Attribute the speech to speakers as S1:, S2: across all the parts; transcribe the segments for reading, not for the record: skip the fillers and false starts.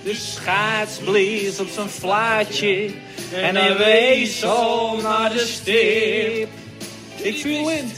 S1: De schaats blies op zijn flaatje en hij wees al naar de stip. Ik viel wind.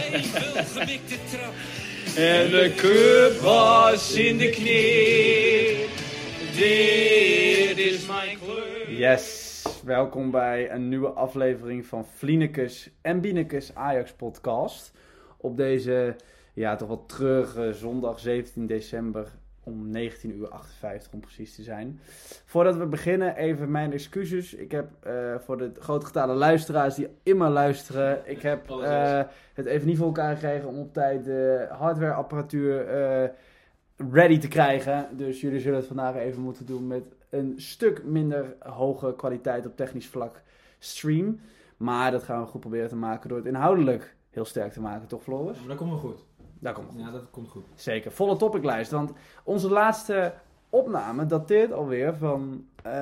S1: En de cup was in de knip. Dit is mijn club.
S2: Yes, welkom bij een nieuwe aflevering van Vlienekes en Bienekes Ajax podcast. Op deze, toch wel treurige zondag 17 december om 19:58 om precies te zijn. Voordat we beginnen even mijn excuses. Ik heb voor de grote getale luisteraars die immer luisteren. Ik heb het even niet voor elkaar gekregen om op tijd de hardwareapparatuur ready te krijgen. Dus jullie zullen het vandaag even moeten doen met een stuk minder hoge kwaliteit op technisch vlak stream. Maar dat gaan we goed proberen te maken door het inhoudelijk heel sterk te maken, toch Floris?
S3: Maar dat komt wel goed.
S2: Dat komt goed.
S3: Ja, dat komt goed.
S2: Zeker, volle topiclijst. Want onze laatste opname dateert alweer van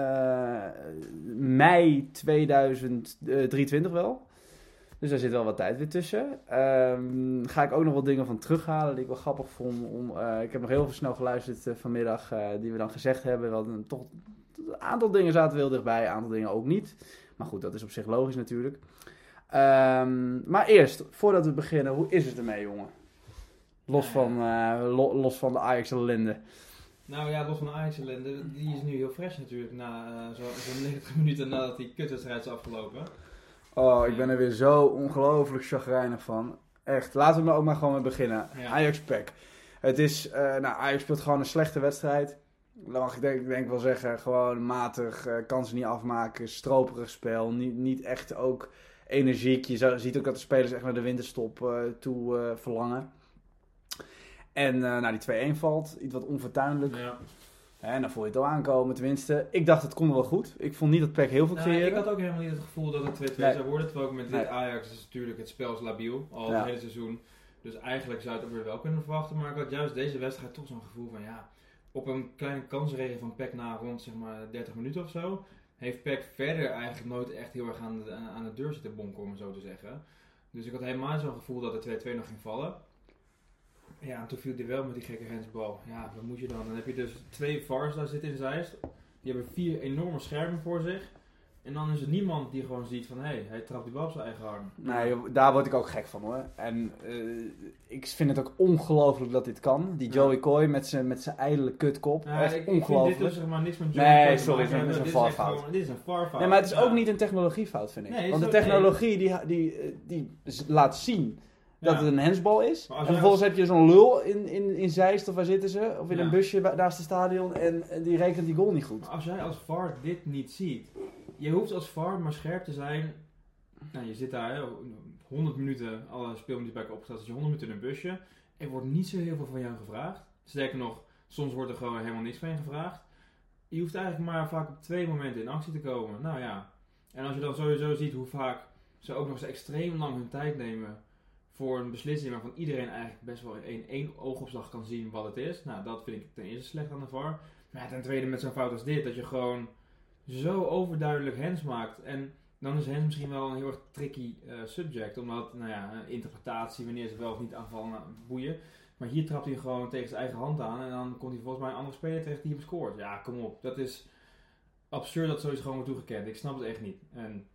S2: mei 2023 wel. Dus daar zit wel wat tijd weer tussen. Ga ik ook nog wat dingen van terughalen die ik wel grappig vond. Ik heb nog heel veel snel geluisterd vanmiddag die we dan gezegd hebben. We hadden toch een aantal dingen zaten heel dichtbij, een aantal dingen ook niet. Maar goed, dat is op zich logisch natuurlijk. Maar eerst, voordat we beginnen, hoe is het ermee, jongen? Los van de Ajax-ellende.
S3: Nou ja, los van de Ajax-ellende, die is nu heel fresh natuurlijk, na zo'n 90 minuten nadat die kutwedstrijd is afgelopen.
S2: Oh, ik ben er weer zo ongelooflijk chagrijnig van. Echt, laten we er ook maar gewoon mee beginnen. Ja. Ajax-PEC. Het is, Ajax speelt gewoon een slechte wedstrijd. Dan mag ik denk wel zeggen, gewoon matig, kansen niet afmaken, stroperig spel. Niet echt ook energiek. Je ziet ook dat de spelers echt naar de winterstop toe verlangen. En die 2-1 valt, iets wat onfortuinlijk. Ja. En dan voel je het al aankomen, tenminste. Ik dacht, het kon wel goed. Ik vond niet dat PEC heel veel creëerde.
S3: Ik had ook helemaal niet het gevoel dat het 2-2 zou worden. Terwijl ook met dit Ajax is natuurlijk het spel is labiel, al het hele seizoen. Dus eigenlijk zou je het ook weer wel kunnen verwachten. Maar ik had juist deze wedstrijd toch zo'n gevoel van, op een kleine kansregen van PEC na rond zeg maar 30 minuten of zo, heeft PEC verder eigenlijk nooit echt heel erg aan de deur zitten bonken, om het zo te zeggen. Dus ik had helemaal zo'n gevoel dat de 2-2 nog ging vallen. Ja, en toen viel hij wel met die gekke handsbal. Ja, wat moet je dan? Dan heb je dus 2 VAR's daar zitten in Zeist. Die hebben 4 enorme schermen voor zich. En dan is er niemand die gewoon ziet van, hij trapt die bal op zijn eigen arm.
S2: Nee, daar word ik ook gek van hoor. En ik vind het ook ongelooflijk dat dit kan. Die Joey Coy met zijn ijdele kutkop. Echt ongelooflijk.
S3: Ik vind dit dus maar niks met Joey Coy.
S2: Nee, sorry, dit is een VAR-fout.
S3: Dit is een VAR-fout.
S2: Nee, maar het is ook niet een technologiefout, vind ik. Nee, want de technologie die laat zien dat het een handsbal is. En vervolgens heb je zo'n lul in Zeist, of waar zitten ze? Of in een busje naast het stadion. En die rekent die goal niet goed.
S3: Maar als jij als VAR dit niet ziet. Je hoeft als VAR maar scherp te zijn. Nou, je zit daar 100 minuten, alle speelminuten bij elkaar opgesteld. Dus je 100 minuten in een busje. Er wordt niet zo heel veel van jou gevraagd. Sterker nog, soms wordt er gewoon helemaal niks van je gevraagd. Je hoeft eigenlijk maar vaak op 2 momenten in actie te komen. Nou ja. En als je dan sowieso ziet hoe vaak ze ook nog eens extreem lang hun tijd nemen voor een beslissing waarvan iedereen eigenlijk best wel in 1 oogopslag kan zien wat het is. Nou, dat vind ik ten eerste slecht aan de VAR. Maar ten tweede met zo'n fout als dit, dat je gewoon zo overduidelijk hands maakt. En dan is hands misschien wel een heel erg tricky subject. Omdat, interpretatie, wanneer ze wel of niet aanvallen, boeien. Maar hier trapt hij gewoon tegen zijn eigen hand aan. En dan komt hij volgens mij een andere speler terecht die hem scoort. Ja, kom op. Dat is absurd dat zoiets gewoon wordt toegekend. Ik snap het echt niet.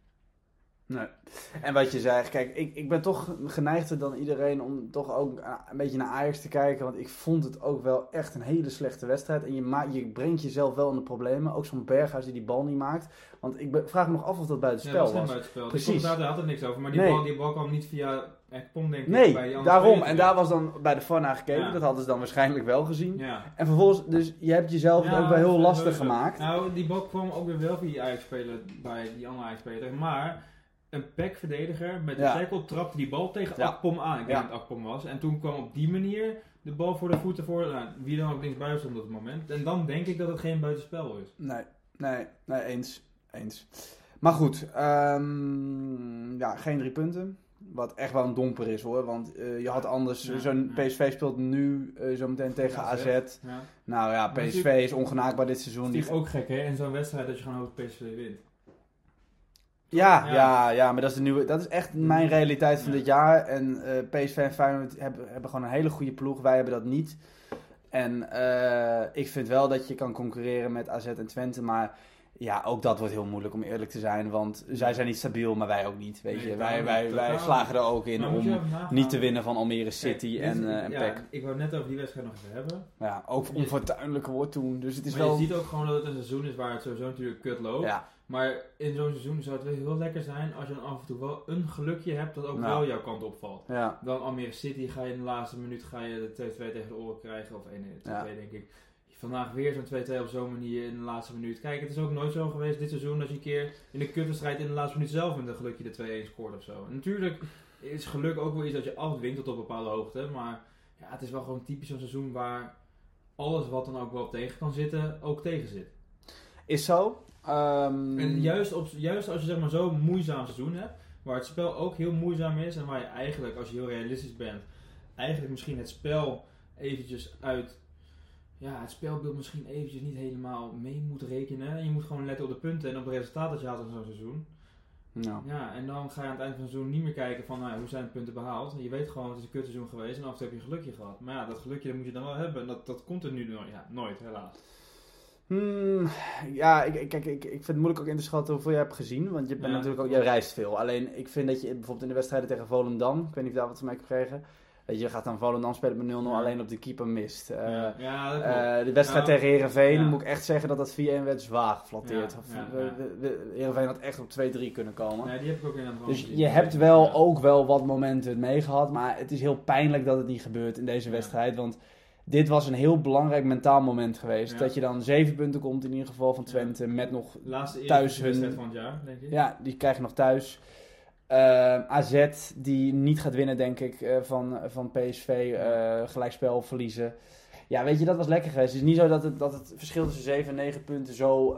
S2: Nee. En wat je zei, kijk, ik ben toch geneigder dan iedereen om toch ook een beetje naar Ajax te kijken. Want ik vond het ook wel echt een hele slechte wedstrijd. En je brengt jezelf wel in de problemen. Ook zo'n Berghuis die bal niet maakt. Want ik vraag me nog af of dat buitenspel was.
S3: Precies. Daar had het niks over. Maar die bal kwam niet via Ekpom, denk ik.
S2: Nee,
S3: bij die
S2: daarom. En daar was dan bij de VAR naar gekeken. Ja. Dat hadden ze dan waarschijnlijk wel gezien. Ja. En vervolgens, dus je hebt jezelf ook wel heel lastig gemaakt.
S3: Nou, die bal kwam ook weer wel via die Ajax-speler bij die andere Ajax-speler. Maar een PEC-verdediger met de tackle trapte die bal tegen Akpom aan. Ik denk dat het Akpom was. En toen kwam op die manier de bal voor de voeten voor wie dan ook linksbuiten stond op het moment. En dan denk ik dat het geen buitenspel is.
S2: Nee, eens. Maar goed, geen 3 punten. Wat echt wel een domper is hoor. Want je had anders, zo'n PSV speelt nu zo meteen tegen AZ. Ja. Nou ja, PSV is ongenaakbaar dit seizoen.
S3: Het is ook gek hè, in zo'n wedstrijd dat je gewoon hoopt PSV wint.
S2: Ja, maar dat is echt mijn realiteit van dit jaar. En PSV en Feyenoord hebben gewoon een hele goede ploeg. Wij hebben dat niet. En ik vind wel dat je kan concurreren met AZ en Twente, maar ja, ook dat wordt heel moeilijk om eerlijk te zijn, want zij zijn niet stabiel, maar wij ook niet, weet je. Wij slagen er ook in om niet te winnen van Almere City en PEC.
S3: Ik wou net over die wedstrijd nog even hebben.
S2: Ja, ook onfortuinlijke wordt toen, dus het is
S3: maar
S2: wel...
S3: je ziet ook gewoon dat het een seizoen is waar het sowieso natuurlijk kut loopt.
S2: Ja.
S3: Maar in zo'n seizoen zou het wel heel lekker zijn als je dan af en toe wel een gelukje hebt dat ook wel jouw kant opvalt.
S2: Ja.
S3: Dan Almere City ga je in de laatste minuut de 2-2 tegen de oren krijgen, of 1-2 denk ik. Vandaag weer zo'n 2-2 op zo'n manier in de laatste minuut. Kijk, het is ook nooit zo geweest dit seizoen dat je een keer in de cupwedstrijd in de laatste minuut zelf met een gelukje de 2-1 scoort of zo. En natuurlijk is geluk ook wel iets dat je afdwingt tot op een bepaalde hoogte, maar ja, het is wel gewoon typisch zo'n seizoen waar alles wat dan ook wel tegen kan zitten, ook tegen zit.
S2: Is zo.
S3: En juist als je zeg maar zo'n moeizaam seizoen hebt, waar het spel ook heel moeizaam is en waar je eigenlijk, als je heel realistisch bent, eigenlijk misschien het spel eventjes uit... Ja, het spelbeeld misschien eventjes niet helemaal mee moet rekenen. Je moet gewoon letten op de punten en op het resultaat dat je haalt in zo'n seizoen.
S2: No.
S3: Ja, en dan ga je aan het eind van het seizoen niet meer kijken van hoe zijn de punten behaald. Je weet gewoon, het is een kutseizoen geweest en af en toe heb je een gelukje gehad. Maar ja, dat gelukje dat moet je dan wel hebben. Dat komt er nu nooit, helaas.
S2: Ja, ik vind het moeilijk ook in te schatten hoeveel je hebt gezien. Want je bent natuurlijk ook, je reist veel. Alleen ik vind dat je bijvoorbeeld in de wedstrijden tegen Volendam, ik weet niet of je daar wat van mij hebt gekregen. Je gaat dan Volendam spelen met 0-0 alleen op de keeper mist. De wedstrijd tegen Heerenveen, moet ik echt zeggen dat dat 4-1 werd zwaar geflatteerd. Heerenveen had echt op 2-3 kunnen komen.
S3: Nee, die heb ik ook inderdaad.
S2: Dus je hebt wel ook wel wat momenten meegehad, maar het is heel pijnlijk dat het niet gebeurt in deze wedstrijd. Want dit was een heel belangrijk mentaal moment geweest. Dat je dan 7 punten komt in ieder geval van Twente met nog
S3: laatste
S2: thuis
S3: wedstrijd van het jaar, denk ik.
S2: Ja, die krijg je nog thuis. AZ die niet gaat winnen, denk ik, van PSV. Gelijkspel verliezen. Ja, weet je, dat was lekker geweest. Het is niet zo dat het verschil tussen 7 en 9 punten zo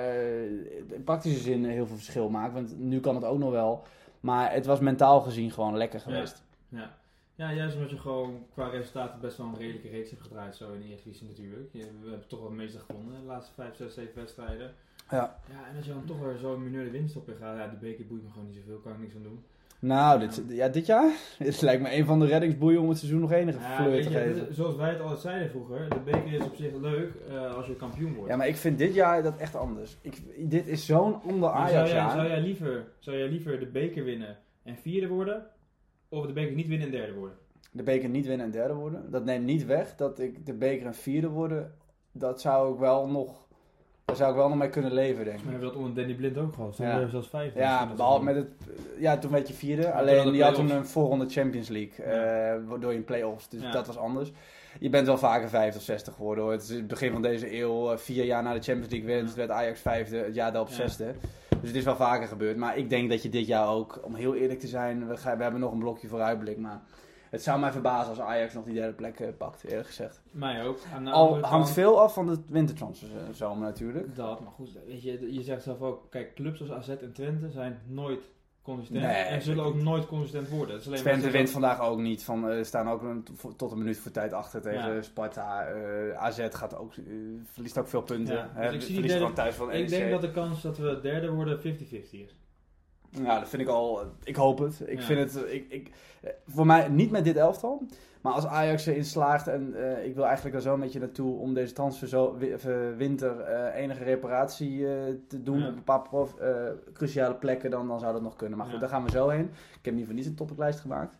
S2: in praktische zin heel veel verschil maakt. Want nu kan het ook nog wel. Maar het was mentaal gezien gewoon lekker geweest.
S3: Ja, juist omdat je gewoon qua resultaten best wel een redelijke reeks hebt gedraaid. Zo in de Eredivisie natuurlijk. We hebben toch wel het meeste gewonnen de laatste 5, 6, 7 wedstrijden. Ja, en als je dan toch weer zo'n mineur de winst op je gaat, ja, die beker boeit me gewoon niet zoveel, kan ik niks aan doen.
S2: Nou, dit jaar? Het lijkt me een van de reddingsboeien om het seizoen nog enige fleur te geven.
S3: Zoals wij het altijd zeiden vroeger, de beker is op zich leuk als je kampioen wordt.
S2: Ja, maar ik vind dit jaar dat echt anders. Dit is zo'n onder Ajax jaar.
S3: Zou jij liever de beker winnen en 4e worden, of de beker niet winnen en 3e worden?
S2: De beker niet winnen en 3e worden? Dat neemt niet weg dat ik de beker en 4e worden, dat zou ik wel nog... Daar zou ik wel nog mee kunnen leven, denk ik.
S3: Maar hebben we dat onder Danny Blind ook gehad? Toen zelfs 5.
S2: Ja, behalve met het... Ja, toen werd je 4e. Alleen die had toen een voorronde Champions League. Door je play-offs. Dus dat was anders. Je bent wel vaker 50 of 60 geworden, hoor. Het is het begin van deze eeuw. 4 jaar na de Champions League winst werd Ajax 5e. Het jaar daarop 6e. Dus het is wel vaker gebeurd. Maar ik denk dat je dit jaar ook, om heel eerlijk te zijn... We hebben nog een blokje vooruitblik, maar... Het zou mij verbazen als Ajax nog die 3e plek pakt, eerlijk gezegd.
S3: Mij ook.
S2: Hangt veel af van de wintertransferzomer natuurlijk.
S3: Dat, maar goed, weet je zegt zelf ook, kijk, clubs als AZ en Twente zijn nooit consistent en zullen ook nooit consistent worden. Het is
S2: Twente wint vandaag ook niet, staan ook tot een minuut voor tijd achter tegen Sparta. AZ gaat ook, verliest ook veel punten.
S3: Dus ik zie ik denk dat de kans dat we 3e worden 50-50 is.
S2: Ja, dat vind ik al. Ik hoop het. Ik vind het. Voor mij niet met dit elftal. Maar als Ajax erin slaagt. En ik wil eigenlijk er zo een beetje naartoe. Om deze transferwinter enige reparatie te doen. Op een paar cruciale plekken. Dan zou dat nog kunnen. Maar goed, daar gaan we zo heen. Ik heb in ieder geval niet een topiclijst gemaakt.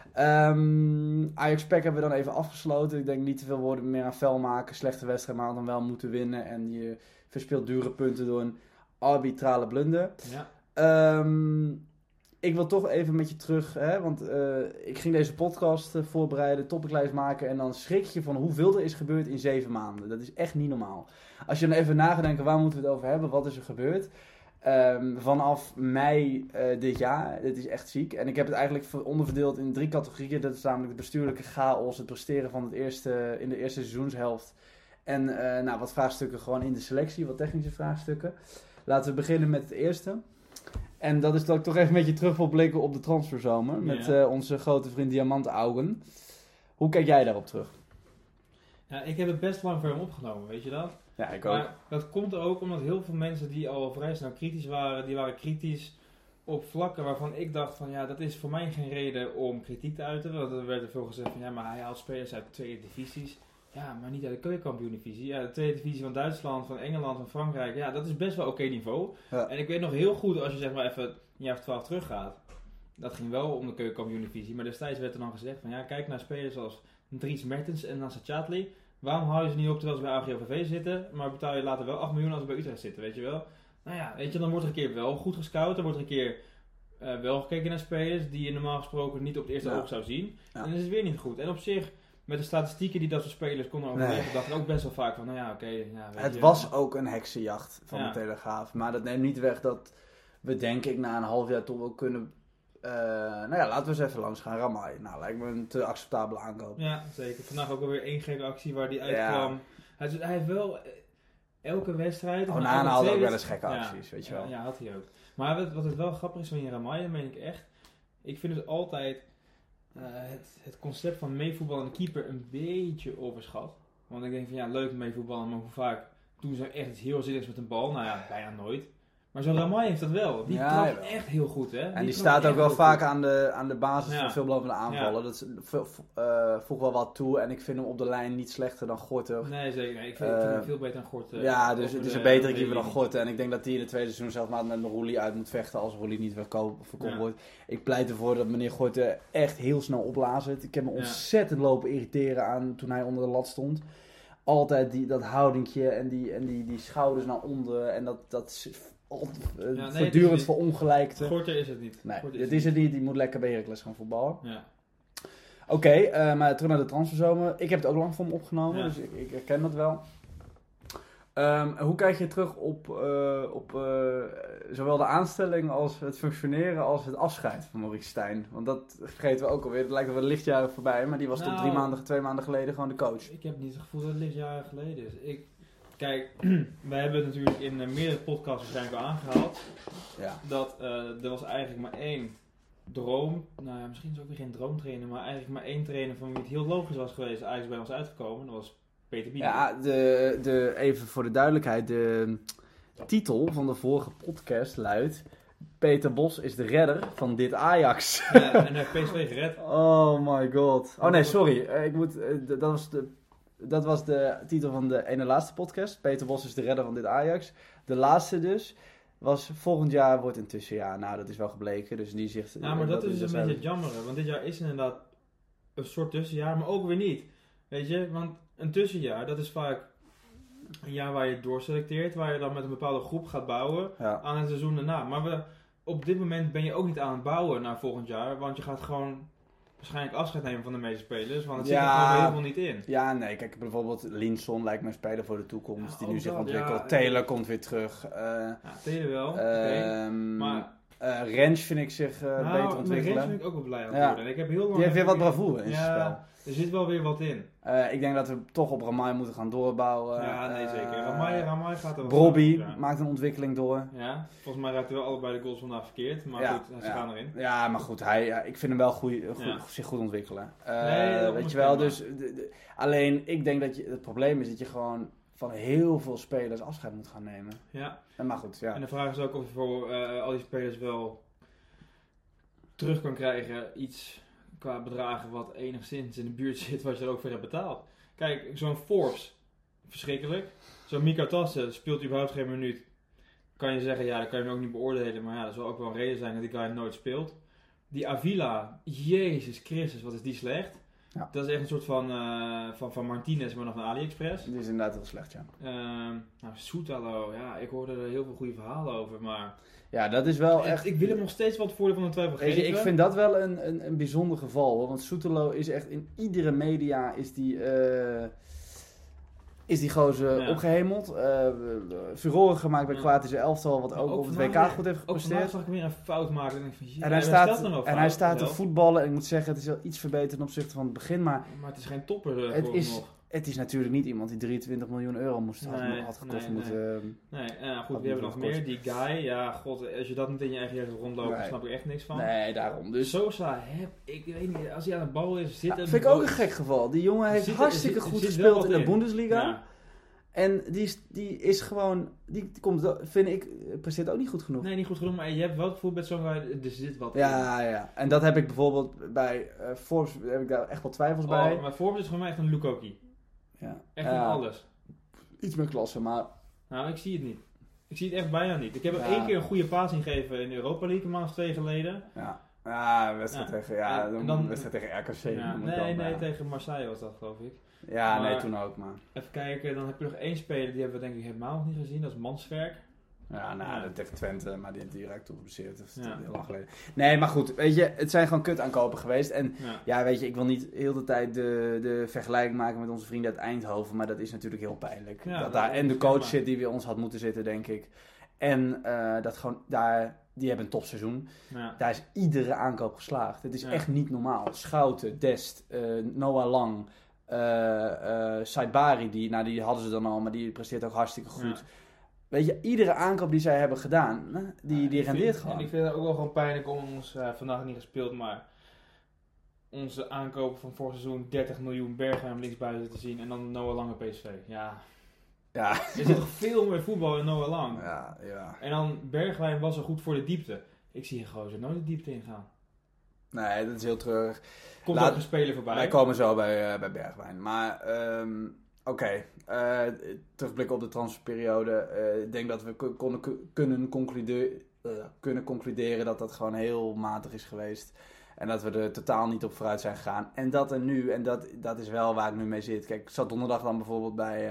S2: Ajax PEC hebben we dan even afgesloten. Ik denk niet te veel woorden meer aan vuil maken. Slechte wedstrijd, maar dan wel moeten winnen. En je verspeelt dure punten door een arbitrale blunder. Ja. Ik wil toch even met je terug, want ik ging deze podcast voorbereiden, topiclijst maken en dan schrik je van hoeveel er is gebeurd in 7 maanden. Dat is echt niet normaal. Als je dan even na gaat denken, waar moeten we het over hebben, wat is er gebeurd? Vanaf mei dit jaar, dit is echt ziek. En ik heb het eigenlijk onderverdeeld in 3 categorieën. Dat is namelijk de bestuurlijke chaos, het presteren van in de eerste seizoenshelft. En wat vraagstukken gewoon in de selectie, wat technische vraagstukken. Laten we beginnen met het eerste. En dat is dat ik toch even met je terug wil blikken op de transferzomer. Met onze grote vriend Diamant Augen. Hoe kijk jij daarop terug?
S3: Ja, ik heb het best lang voor hem opgenomen, weet je dat?
S2: Ja, ik ook.
S3: Maar dat komt ook omdat heel veel mensen die al vrij snel kritisch waren, die waren kritisch op vlakken waarvan ik dacht van dat is voor mij geen reden om kritiek te uiten. Want er werd veel gezegd van maar hij haalt spelers uit 2 divisies. Ja, maar niet uit de keukenkampioen-divisie. Ja, de tweede divisie van Duitsland, van Engeland, van Frankrijk. Ja, dat is best wel oké niveau.
S2: Ja.
S3: En ik weet nog heel goed, als je zeg maar even een jaar of 12 teruggaat. Dat ging wel om de keukenkampioen-divisie. Maar destijds werd er dan gezegd van, ja, kijk naar spelers als Dries Mertens en Nacer Chadli. Waarom hou je ze niet op terwijl ze bij AGOVV zitten, maar betaal je later wel 8 miljoen als ze bij Utrecht zitten, weet je wel? Nou ja, weet je, dan wordt er een keer wel goed gescout. Dan wordt er een keer wel gekeken naar spelers die je normaal gesproken niet op het eerste oog zou zien.
S2: Ja.
S3: En dan is het weer niet goed. En op zich, met de statistieken die dat soort spelers konden overleggen, dacht ik ook best wel vaak van, nou ja, oké. Ja,
S2: het was ook een heksenjacht van
S3: Ja.
S2: de Telegraaf. Maar dat neemt niet weg dat we denk ik na een half jaar toch wel kunnen... nou ja, laten we eens even langs gaan. Ramai. Nou, lijkt me een te acceptabele aankoop.
S3: Ja, zeker. Vandaag ook alweer één gekke actie waar die uitkwam. Hij heeft wel elke wedstrijd...
S2: Onana had ook wel eens gekke acties, weet je wel.
S3: Ja, had hij ook. Maar wat het wel grappig is van je Ramai, dat meen ik echt. Ik vind het altijd het concept van meevoetballen en de keeper een beetje overschat. Want ik denk van ja, leuk meevoetballen, maar hoe vaak doen ze echt iets heel zinnigs met een bal? Nou ja, bijna nooit. Maar zo'n Ramai heeft dat wel. Die trapt echt heel goed, hè?
S2: En die staat ook wel vaak aan de basis van veelbelovende aanvallen.
S3: Ja.
S2: Dat voegt wel wat toe. En ik vind hem op de lijn niet slechter dan Gorter.
S3: Nee, zeker. Nee, ik vind hem veel beter dan Gorter.
S2: Ja, dus het is een betere keeper dan Gorter. En ik denk dat hij in het tweede seizoen zelf maar met een Roelie uit moet vechten als Roelie niet verkocht wordt. Ik pleit ervoor dat meneer Gorter echt heel snel opblazen. Ik heb me ontzettend lopen irriteren aan toen hij onder de lat stond. Altijd dat houdingje en die schouders naar onder. En dat voortdurend verongelijkte.
S3: Gorter is het niet.
S2: Nee, dit is het niet. Die moet lekker bij Heracles gaan voetballen.
S3: Ja.
S2: Oké, maar terug naar de transferzomer. Ik heb het ook lang voor me opgenomen, dus ik herken dat wel. Hoe kijk je terug op zowel de aanstelling als het functioneren als het afscheid van Maurice Stijn? Want dat vergeten we ook alweer. Het lijkt wel lichtjaren voorbij, maar die was tot 2 maanden geleden gewoon de coach.
S3: Ik heb niet het gevoel dat het lichtjaren geleden is. Kijk, wij hebben het natuurlijk in meerdere podcasts waarschijnlijk al aangehaald.
S2: Ja.
S3: Dat er was eigenlijk maar één droom. Nou ja, misschien is het ook weer geen droomtrainer, maar eigenlijk maar één trainer van wie het heel logisch was geweest eigenlijk bij ons uitgekomen. Dat was Peter Bienen.
S2: Ja, even voor de duidelijkheid. De titel van de vorige podcast luidt: Peter Bos is de redder van dit Ajax.
S3: Ja, en hij heeft PSV gered.
S2: Oh my god. Oh nee, sorry. Dat was de titel van de ene laatste podcast. Peter Bos is de redder van dit Ajax. De laatste dus was volgend jaar wordt een tussenjaar. Nou, dat is wel gebleken. Dus die zegt.
S3: Ja, maar dat is een beetje het jammer. Want dit jaar is inderdaad een soort tussenjaar, maar ook weer niet. Weet je, want een tussenjaar, dat is vaak een jaar waar je doorselecteert, waar je dan met een bepaalde groep gaat bouwen aan het seizoen daarna. Maar op dit moment ben je ook niet aan het bouwen naar volgend jaar, want je gaat gewoon waarschijnlijk afscheid nemen van de meeste spelers, want het zit er gewoon heel veel niet in.
S2: Ja, nee, kijk, bijvoorbeeld Linson lijkt me een speler voor de toekomst, die nu zich ontwikkelt.
S3: Ja,
S2: Taylor komt weer terug.
S3: Taylor wel,
S2: maar Rens vind ik zich beter ontwikkelen.
S3: Rens ben ik ook wel blij aan het worden. En ik heb heel lang
S2: die heeft weer wat bravoure in zijn spel.
S3: Er zit wel weer wat in.
S2: Ik denk dat we toch op Ramai moeten gaan doorbouwen.
S3: Ja, nee, zeker. Ramai gaat er wel.
S2: Brobby maakt een ontwikkeling door.
S3: Ja, volgens mij raakt hij wel allebei de goals vandaag verkeerd. Maar goed, ze gaan erin.
S2: Ja, maar goed, ik vind hem wel zich goed ontwikkelen.
S3: Nee,
S2: weet je wel, dus alleen ik denk dat het probleem is dat je gewoon van heel veel spelers afscheid moet gaan nemen.
S3: Ja.
S2: Maar goed, ja.
S3: En de vraag is ook of je voor al die spelers wel terug kan krijgen iets qua bedragen wat enigszins in de buurt zit wat je er ook voor hebt betaald. Kijk, zo'n Forbes, verschrikkelijk. Zo'n Mika Tassen speelt überhaupt geen minuut. Kan je zeggen, ja, dat kan je hem ook niet beoordelen. Maar ja, dat zal ook wel een reden zijn dat die guy nooit speelt. Die Avila, Jezus Christus, wat is die slecht. Ja. Dat is echt een soort van Martinez, maar nog van AliExpress.
S2: Die is inderdaad heel slecht, ja.
S3: Soetalo, ja, ik hoorde er heel veel goede verhalen over, maar...
S2: Ja, dat is wel echt...
S3: Ik wil hem nog steeds wat voordeel van de twijfel geven.
S2: Ik vind dat wel een bijzonder geval, hoor. Want Soetalo is echt in iedere media is die gozer opgehemeld. Furoren gemaakt bij Kroatische elftal, wat ook op het WK goed heeft gepresteerd.
S3: Ook zag ik weer een fout maken. En ik van,
S2: en hij staat te voetballen. En ik moet zeggen, het is wel iets verbeterd ten opzichte van het begin. Maar
S3: het is geen topper
S2: Het is natuurlijk niet iemand die 23 miljoen euro had gekost moeten...
S3: Goed, we hebben nog meer. Die guy, ja, god, als je dat niet in je eigen jeugd rondloopt, dan snap ik echt niks van.
S2: Nee, daarom. Dus
S3: Sosa, ik weet niet, als hij aan de bal is, zit
S2: vind ik ook een gek geval. Die jongen heeft hartstikke goed gespeeld in de Bundesliga. Ja. En die is gewoon, die komt, vind ik, presteert ook niet goed genoeg.
S3: Nee, niet goed genoeg, maar je hebt wel het gevoel met zo'n guy, er zit wat in.
S2: Ja. En dat heb ik bijvoorbeeld bij Forbes, heb ik daar echt wel twijfels bij.
S3: Maar Forbes is voor mij echt een Lukoki.
S2: Ja.
S3: Echt in alles.
S2: Iets meer klasse, maar...
S3: Nou, ik zie het niet. Ik zie het echt bijna niet. Ik heb hem
S2: Ja.
S3: 1 keer een goede paas ingegeven in de Europa League een maand of 2 geleden.
S2: Ja, wedstrijd tegen... Ja,
S3: En dan-
S2: wedstrijd tegen RKC.
S3: Ja,
S2: noem ik
S3: nee,
S2: dan, ja.
S3: tegen Marseille was dat, geloof ik.
S2: Ja, nee,
S3: Maar-
S2: toen ook, maar...
S3: Even kijken, dan heb je nog 1 speler, die hebben we denk ik helemaal nog niet gezien. Dat is Mansverk.
S2: Ja, nou,
S3: Ja.
S2: dat tegen Twente, maar die heeft direct toegeblesseerd. Dat is
S3: Ja.
S2: heel lang geleden. Nee, maar goed, weet je, het zijn gewoon kut aankopen geweest. En
S3: Ja.
S2: ja, weet je, ik wil niet heel de tijd de vergelijking maken met onze vrienden uit Eindhoven, maar dat is natuurlijk heel pijnlijk.
S3: Ja,
S2: dat
S3: dat
S2: daar
S3: is
S2: en de coach
S3: helemaal.
S2: zit die bij ons had moeten zitten, denk ik. En dat gewoon daar, die hebben een topseizoen.
S3: Ja.
S2: Daar is iedere aankoop geslaagd. Het is
S3: Ja.
S2: echt niet normaal. Schouten, Dest, Noah Lang, Saibari, die hadden ze dan al, maar die presteert ook hartstikke goed.
S3: Ja.
S2: Weet je, iedere aankoop die zij hebben gedaan, die
S3: Ik
S2: rendeert
S3: vind-
S2: gewoon.
S3: En ik vind het ook wel gewoon pijnlijk om ons, vandaag niet gespeeld, maar onze aankopen van vorig seizoen 30 miljoen Bergheim linksbuiten te zien en dan Noah Lange PSV. Ja,
S2: Ja.
S3: er zit toch veel meer voetbal in Noah Lang.
S2: Ja.
S3: En dan Bergwijn was er goed voor de diepte. Ik zie hier gewoon zo nooit de diepte in gaan.
S2: Nee, dat is heel treurig.
S3: Komt
S2: Laat-
S3: ook een speler voorbij.
S2: Wij komen zo bij Bergwijn. Maar oké, terugblikken op de transferperiode. Ik denk dat we kunnen concluderen dat dat gewoon heel matig is geweest. En dat we er totaal niet op vooruit zijn gegaan. En dat er nu, en dat is wel waar ik nu mee zit. Kijk, ik zat donderdag dan bijvoorbeeld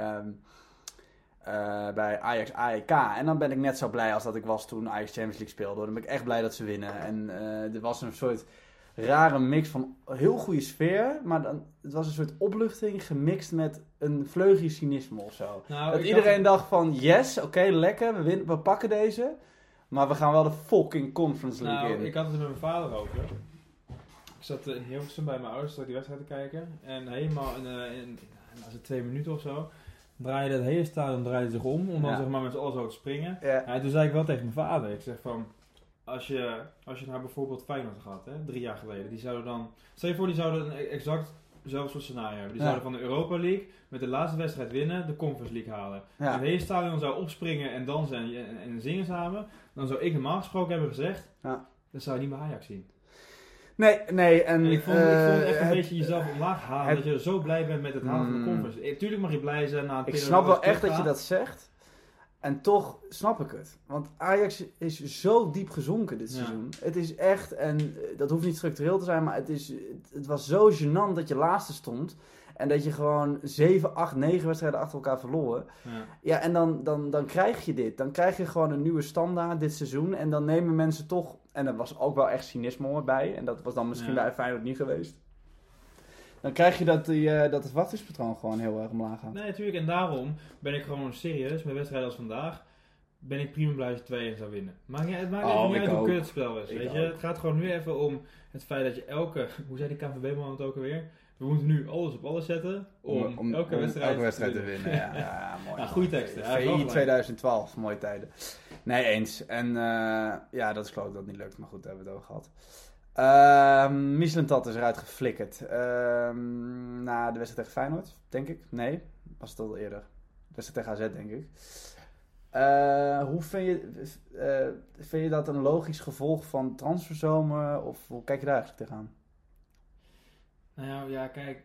S2: bij Ajax AEK. En dan ben ik net zo blij als dat ik was toen Ajax Champions League speelde. Dan ben ik echt blij dat ze winnen. En er was een soort rare mix van heel goede sfeer. Maar het was een soort opluchting gemixt met een vleugje cynisme of zo.
S3: Nou,
S2: Dat
S3: ik
S2: iedereen dacht van yes, oké, lekker, we pakken deze. Maar we gaan wel de fucking Conference League in.
S3: Ik had het er met mijn vader over. Ik zat in Hilversum bij mijn ouders, zat ik die wedstrijd te kijken. En helemaal in 2 minuten of zo, draaide het hele stadion zich om dan
S2: Ja.
S3: zeg maar met z'n allen zo te springen.
S2: Ja.
S3: Ja, toen zei ik wel tegen mijn vader, ik zeg van, als je nou bijvoorbeeld Feyenoord had gehad, hè, 3 jaar geleden, die zouden dan, stel je voor die zouden een exact hetzelfde soort scenario hebben. Die
S2: Ja.
S3: zouden van de Europa League met de laatste wedstrijd winnen, de Conference League halen.
S2: Ja.
S3: Het hele stadion zou opspringen en dansen en zingen samen. Dan zou ik normaal gesproken hebben gezegd,
S2: Ja.
S3: dat zou je niet bij Ajax zien.
S2: Nee, en
S3: En ik vond het echt een
S2: het-
S3: beetje jezelf omlaag halen,
S2: het-
S3: dat je zo blij bent met het halen van de
S2: Mm.
S3: conference. Tuurlijk mag je blij zijn na een
S2: Ik
S3: periode
S2: snap wel
S3: het
S2: echt dat je
S3: teruggaat.
S2: dat zegt. En toch snap ik het. Want Ajax is zo diep gezonken dit
S3: Ja.
S2: seizoen. Het is echt, en dat hoeft niet structureel te zijn, maar het was zo gênant dat je laatste stond. En dat je gewoon 7, 8, 9 wedstrijden achter elkaar verloren.
S3: Ja.
S2: Ja, en dan krijg je dit. Dan krijg je gewoon een nieuwe standaard dit seizoen. En dan nemen mensen toch... En er was ook wel echt cynisme bij. En dat was dan misschien
S3: Ja.
S2: bij Feyenoord niet geweest. Dan krijg je dat het verwachtingspatroon gewoon heel erg omlaag gaat.
S3: Nee, natuurlijk. En daarom ben ik gewoon serieus, met wedstrijden als vandaag, ben ik prima blij als je 2-1 zou winnen. Het maakt even niet
S2: ik
S3: uit hoe
S2: ook.
S3: kut het spel is.
S2: Ik
S3: Weet je?
S2: ook.
S3: Het gaat gewoon nu even om het feit dat je elke... Hoe zei die KNVB-man het ook alweer? We moeten nu alles op alles zetten om elke wedstrijd
S2: te winnen. Ja, mooi.
S3: Ja, goede teksten. Ja, wel
S2: VI
S3: gelijk.
S2: 2012, mooie tijden. Nee, eens. En ja, dat is geloof ik dat het niet lukt. Maar goed, daar hebben we het over gehad. Mislintat is eruit geflikkerd. Na de wedstrijd tegen Feyenoord, denk ik. Nee, was het al eerder. De wedstrijd tegen AZ, denk ik. Hoe vind je dat een logisch gevolg van transferzomer? Of hoe kijk je daar eigenlijk tegenaan?
S3: Nou ja, kijk.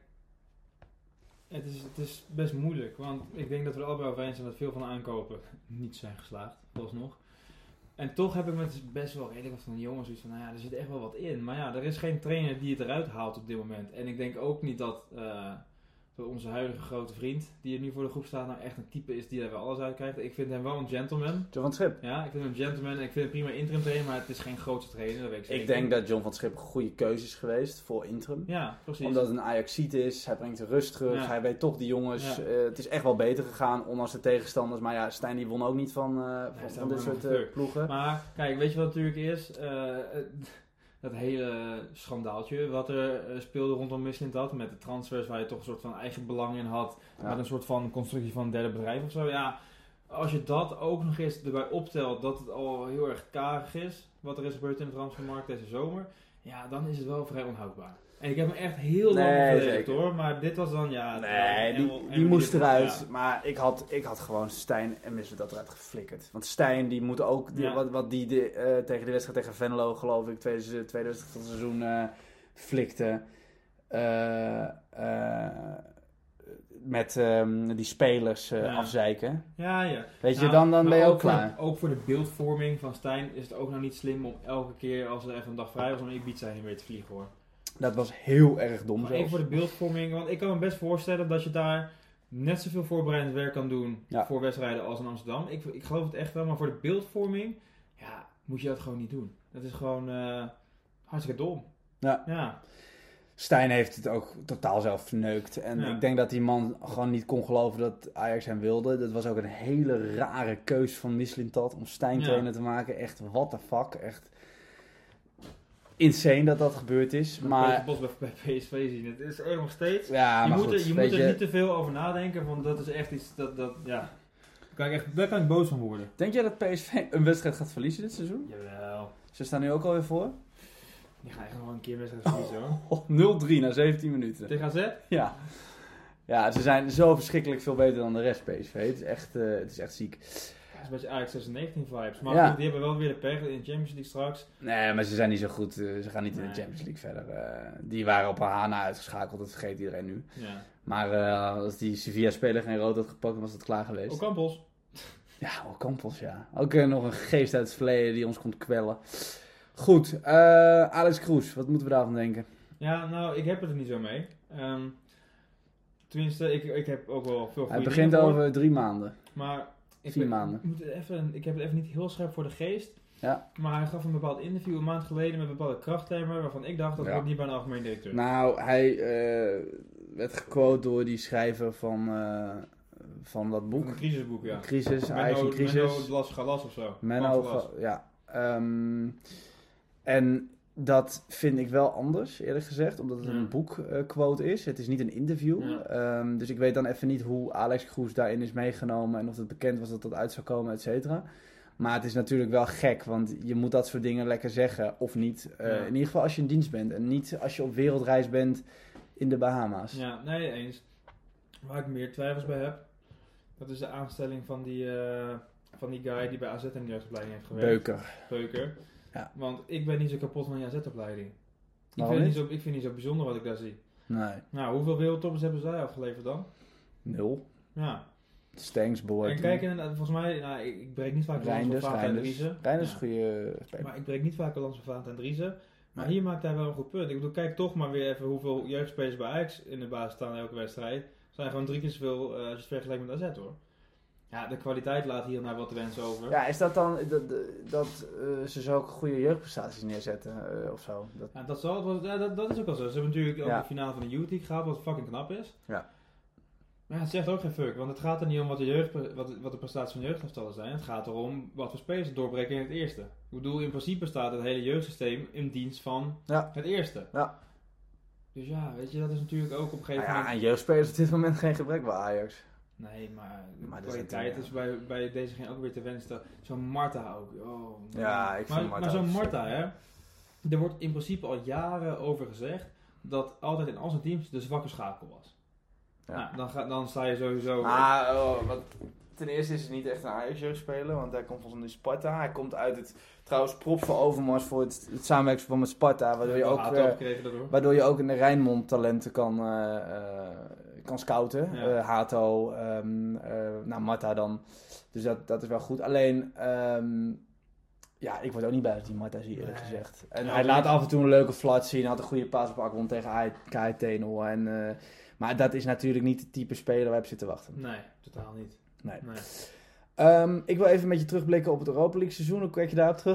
S3: Het is best moeilijk. Want ik denk dat we er allebei over eens zijn dat veel van de aankopen niet zijn geslaagd. Vooralsnog. En toch heb ik met best wel redelijk wat van de jongens zoiets van, nou ja, er zit echt wel wat in. Maar ja, er is geen trainer die het eruit haalt op dit moment. En ik denk ook niet dat onze huidige grote vriend, die er nu voor de groep staat, nou echt een type is die er wel alles uit krijgt. Ik vind hem wel een gentleman.
S2: John van Schip.
S3: Ja, ik vind hem een gentleman en ik vind hem prima interim trainer, maar het is geen grootste trainer, dat weet ik zeker.
S2: Ik denk dat John van Schip een goede keuze is geweest voor interim.
S3: Ja, precies.
S2: Omdat het een Ajaxiet is, hij brengt de rust terug,
S3: Ja.
S2: hij weet toch die jongens.
S3: Ja.
S2: Het is echt wel beter gegaan, ondanks de tegenstanders. Maar ja, Stijn die won ook niet van
S3: Stijn
S2: dit
S3: won
S2: soort
S3: nog fuck.
S2: ploegen.
S3: Maar kijk, weet je wat natuurlijk is? Dat hele schandaaltje wat er speelde rondom Mislintat met de transfers waar je toch een soort van eigen belang in had.
S2: Ja.
S3: Met een soort van constructie van een derde bedrijf of zo. Ja, als je dat ook nog eens erbij optelt dat het al heel erg karig is wat er is gebeurd in de transfermarkt deze zomer. Ja, dan is het wel vrij onhoudbaar. En ik heb hem echt heel lang
S2: Nee,
S3: verdedigd
S2: zeker.
S3: hoor, maar dit was dan ja...
S2: Nee,
S3: Engel-
S2: die moest
S3: Engel-
S2: eruit.
S3: ja.
S2: Maar ik had gewoon Stijn en Mislintat eruit geflikkerd. Want Stijn die moet ook,
S3: Ja.
S2: wat die tegen de wedstrijd tegen Venlo geloof ik, tweede wedstrijd van het seizoen flikte. met die spelers afzeiken.
S3: Ja.
S2: Weet je, dan ben je ook klaar.
S3: Ook voor de beeldvorming van Stijn is het ook nog niet slim om elke keer als er even een dag vrij was om in Ibiza heen weer te vliegen hoor.
S2: Dat was heel erg dom.
S3: Maar even voor de beeldvorming, want ik kan me best voorstellen dat je daar net zoveel voorbereidend werk kan doen voor wedstrijden als in Amsterdam. Ik geloof het echt wel, maar voor de beeldvorming moet je dat gewoon niet doen. Dat is gewoon hartstikke dom. Ja.
S2: Stijn heeft het ook totaal zelf verneukt. En ik denk dat die man gewoon niet kon geloven dat Ajax hem wilde. Dat was ook een hele rare keus van Mislintat om Stijn trainer te maken. Echt, what the fuck. Echt insane dat gebeurd is. Maar
S3: Bos bij PSV zien. Het is er nog steeds.
S2: Ja,
S3: je moet er niet te veel over nadenken. Want dat is echt iets daar kan ik boos van worden.
S2: Denk jij dat PSV een wedstrijd gaat verliezen dit seizoen?
S3: Jawel.
S2: Ze staan nu ook alweer voor.
S3: Die gaan echt nog wel een keer wedstrijd verliezen hoor.
S2: 0-3 na 17 minuten.
S3: Tegen AZ?
S2: Ja. Ja, ze zijn zo verschrikkelijk veel beter dan de rest PSV. Het is echt ziek.
S3: Dat is een beetje Ajax 2019 vibes. Maar goed, die hebben wel weer de pech in de Champions League straks.
S2: Nee, maar ze zijn niet zo goed. Ze gaan niet in de Champions League verder. Die waren op haar na uitgeschakeld. Dat vergeet iedereen nu.
S3: Ja.
S2: Maar als die Sevilla-speler geen rood had gepakt, dan was het klaar geweest.
S3: Ocampos.
S2: Ja, Ocampos, ja. Ook nog een geest uit het verleden die ons komt kwellen. Goed, Alex Kroes, wat moeten we daarvan denken?
S3: Ja, nou, ik heb het er niet zo mee. Tenminste, ik heb ook wel veel goede
S2: Hij begint over 3 maanden.
S3: Maar
S2: 4 maanden.
S3: Ik heb het even niet heel scherp voor de geest.
S2: Ja.
S3: Maar hij gaf een bepaald interview een maand geleden met een bepaalde krachttermen waarvan ik dacht dat het niet bij een algemeen directeur.
S2: Nou, hij werd gequote door die schrijver van dat boek.
S3: Een crisisboek, ja.
S2: Crisis, Ajax in crisis.
S3: Menno Galas of zo.
S2: Ja. En dat vind ik wel anders, eerlijk gezegd, omdat het een boekquote is. Het is niet een interview. Ja. Dus ik weet dan even niet hoe Alex Kroes daarin is meegenomen en of het bekend was dat dat uit zou komen, et cetera. Maar het is natuurlijk wel gek, want je moet dat soort dingen lekker zeggen of niet. In ieder geval als je in dienst bent en niet als je op wereldreis bent in de Bahama's.
S3: Ja, nee, eens. Waar ik meer twijfels bij heb, dat is de aanstelling van die guy die bij AZ in de jeugdopleiding heeft gewerkt. Beuker. Ja. Want ik ben niet zo kapot van die AZ-opleiding. Ik vind het niet zo bijzonder wat ik daar zie.
S2: Nee.
S3: Nou, hoeveel wereldtoppers hebben zij afgeleverd dan?
S2: 0.
S3: Ja.
S2: Stanks, Boyd.
S3: En kijk, volgens mij, ik breek niet vaak lans van Vaat en Driessen.
S2: Reinders is een goede speler.
S3: Maar ik breek niet vaak lans van Vaat en Driessen. Maar hier maakt hij wel een goed punt. Ik bedoel, kijk toch maar weer even hoeveel jeugdspelers bij Ajax in de basis staan elke wedstrijd. zijn gewoon 3 keer zoveel als je het vergelijkt met AZ hoor. Ja, de kwaliteit laat hier naar wat te wensen over.
S2: Ja, is dat dan dat ze zo ook goede jeugdprestaties neerzetten of zo?
S3: Ja, dat is ook wel zo. Ze hebben natuurlijk ook de finale van de Youth League gehad, wat fucking knap is.
S2: Ja.
S3: Maar het zegt ook geen fuck, want het gaat er niet om wat de prestaties van de jeugdafstellen zijn. Het gaat erom wat voor spelers doorbreken in het eerste. Ik bedoel, in principe staat het hele jeugdsysteem in dienst van het eerste. Ja. Dus ja, weet je, dat is natuurlijk ook op een gegeven moment...
S2: aan jeugdspelers op dit moment geen gebrek bij Ajax.
S3: Nee, maar de kwaliteit is bij deze geen ook weer te wensen. Zo'n Marta ook. Oh,
S2: ja, ik vind Marta.
S3: Maar zo'n Marta, hè. Er wordt in principe al jaren over gezegd dat altijd in al zijn teams de zwakke schakel was. Ja. Nou, dan sta je sowieso...
S2: Ten eerste is het niet echt een Ajax-jeugdspeler, want hij komt van Sparta. Hij komt uit het, trouwens, prop voor Overmars voor het samenwerksverband met Sparta, waardoor je ook in de Rijnmond talenten kan scouten. Ja. Hato, Marta dan. Dus dat is wel goed. Alleen, ik word ook niet bij als die Marta zie, eerlijk gezegd. En hij laat af en toe een leuke flat zien. Hij had een goede paas op Akron tegen KIT. Maar dat is natuurlijk niet het type speler waar je op zit te wachten.
S3: Nee, totaal niet.
S2: Nee. Ik wil even met je terugblikken op het Europa League seizoen. Hoe kijk je daarop terug?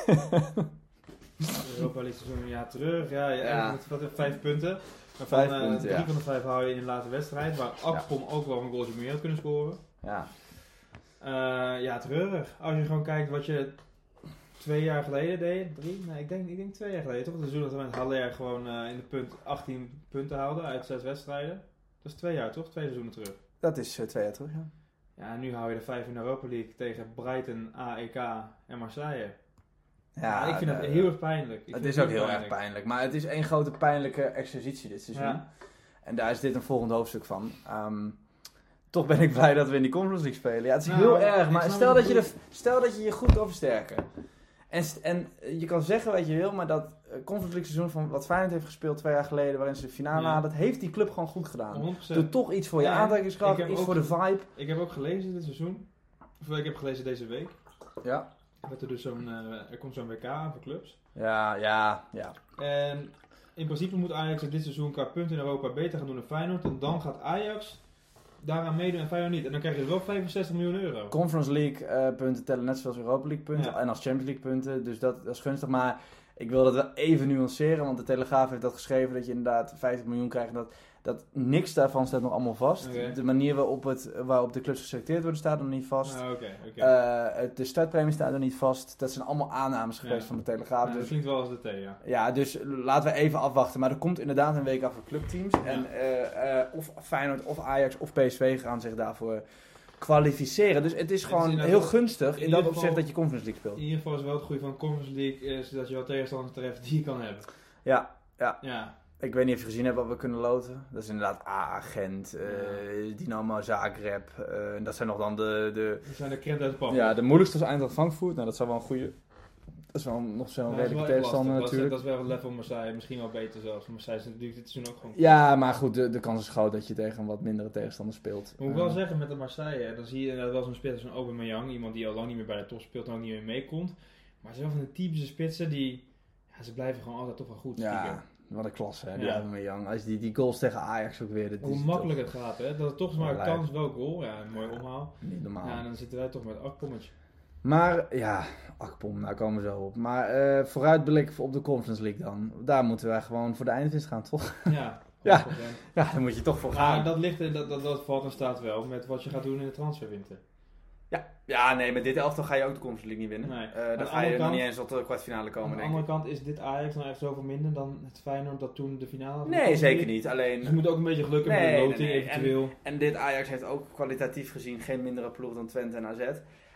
S3: Het Europa League seizoen een jaar terug. Ja. Met 5 punten. Waarvan
S2: 5 punten,
S3: 3 van de 5 hou je in de laatste wedstrijd. Waar Akpom ook wel een goaltje meer had kunnen scoren. Ja. Treurig. Als je gewoon kijkt wat je 2 jaar geleden deed. 3? Nee, ik denk 2 jaar geleden. Toch het seizoen dat we met Haller gewoon in de 18 punten houden uit 6 wedstrijden. Dat is 2 jaar toch? 2 seizoenen terug.
S2: Dat is 2 jaar terug, ja.
S3: Ja, nu hou je de 5 in de Europa League tegen Brighton, AEK en Marseille.
S2: Ja,
S3: ik vind dat heel erg pijnlijk.
S2: Het is ook heel erg pijnlijk. Maar het is één grote pijnlijke exercitie dit seizoen. Ja. En daar is dit een volgend hoofdstuk van. Toch ben ik blij dat we in die Conference League spelen. Ja, het is heel erg. Maar stel dat je je goed kan versterken. En je kan zeggen wat je wil, maar dat Conference League seizoen van wat Feyenoord heeft gespeeld 2 jaar geleden, waarin ze de finale
S3: Ja.
S2: hadden, dat heeft die club gewoon goed gedaan.
S3: 100%.
S2: Doe toch iets voor je
S3: Ja,
S2: aantrekkingskracht,
S3: ik heb
S2: iets
S3: ook
S2: voor de vibe.
S3: Ik heb ook gelezen dit seizoen. Of ik heb gelezen deze week.
S2: Ja.
S3: Dat er dus er komt zo'n WK aan voor clubs.
S2: Ja.
S3: En in principe moet Ajax dit seizoen qua punten in Europa beter gaan doen dan Feyenoord. En dan gaat Ajax daaraan meedoen en Feyenoord niet. En dan krijg je wel 65 miljoen euro.
S2: Conference League punten tellen net zoals Europa League punten
S3: Ja.
S2: en als Champions League punten. Dus dat is gunstig. Maar ik wil dat wel even nuanceren, want de Telegraaf heeft dat geschreven dat je inderdaad 50 miljoen krijgt. En dat niks daarvan staat nog allemaal vast.
S3: Oké.
S2: De manier waarop de clubs geselecteerd worden staat nog niet vast.
S3: Ah, oké.
S2: De startpremie staat nog niet vast. Dat zijn allemaal aannames geweest
S3: Ja.
S2: van de Telegraaf.
S3: Dat
S2: Dus,
S3: klinkt wel als de thee, ja.
S2: ja, dus laten we even afwachten. Maar er komt inderdaad een week af voor clubteams. En of Feyenoord of Ajax of PSV gaan zich daarvoor kwalificeren. Dus het is gewoon
S3: inderdaad
S2: heel
S3: wel-
S2: gunstig
S3: in
S2: in dat
S3: ieder
S2: opzicht
S3: geval-
S2: dat je Conference League speelt.
S3: In ieder geval is wel het goede van Conference League is dat je wel tegenstanders treft die je kan hebben.
S2: Ja.
S3: Ja.
S2: Ik weet niet of je gezien hebt wat we kunnen loten. Dat is inderdaad AA Gent, Dynamo Zagreb. En dat zijn nog dan de
S3: Dat zijn de krenten uit de pan.
S2: ja, de moeilijkste is Eintracht Frankfurt. Nou, dat zou wel een goede... Dat is wel nog zo'n
S3: Maar dat is
S2: redelijke
S3: wel echt
S2: tegenstander
S3: lastig.
S2: natuurlijk.
S3: Dat is wel een level Marseille. Misschien wel beter zelfs. Marseille is natuurlijk dit seizoen ook gewoon...
S2: Ja, maar goed, de kans is groot dat je tegen een wat mindere tegenstander speelt.
S3: Moet ik wel zeggen met de Marseille, hè, dan zie je inderdaad wel zo'n spits als een Aubameyang. Iemand die al lang niet meer bij de top speelt en ook niet meer meekomt. Maar ze zijn wel van de typische spitsen die... Ja, ze blijven gewoon altijd toch wel goed.
S2: Ja,
S3: stiekem.
S2: wat een klasse, hè, die
S3: Ja.
S2: Aubameyang. Als die goals tegen Ajax ook weer... Dat
S3: Hoe
S2: is
S3: makkelijk
S2: toch
S3: het gaat, hè. Dat het toch is maar een
S2: Lijp.
S3: kans, wel goal. Ja, een mooi omhaal.
S2: niet normaal.
S3: Ja, en dan zitten wij toch met Akpommetje.
S2: Maar ja, Akpom, daar komen we zo op. Maar vooruitblik op de Conference League dan. Daar moeten wij gewoon voor de eindwinst gaan, toch?
S3: Ja.
S2: Ja.
S3: 100%.
S2: Ja, daar moet je toch voor gaan.
S3: Maar dat ligt, dat valt en staat wel met wat je gaat doen in de transferwinter.
S2: Ja, nee, met dit elftal ga je ook de Conference League niet winnen.
S3: Nee.
S2: Dan
S3: de
S2: ga
S3: andere
S2: je nog
S3: kant-
S2: niet eens tot de kwartfinale
S3: Aan
S2: komen,
S3: de
S2: denk
S3: andere
S2: ik.
S3: kant is dit Ajax nou echt zoveel minder dan het Feyenoord dat toen de finale had.
S2: Nee, zeker niet.
S3: Dus
S2: Alleen...
S3: je moet ook een beetje geluk hebben met de loting eventueel.
S2: En dit Ajax heeft ook kwalitatief gezien geen mindere ploeg dan Twente en AZ.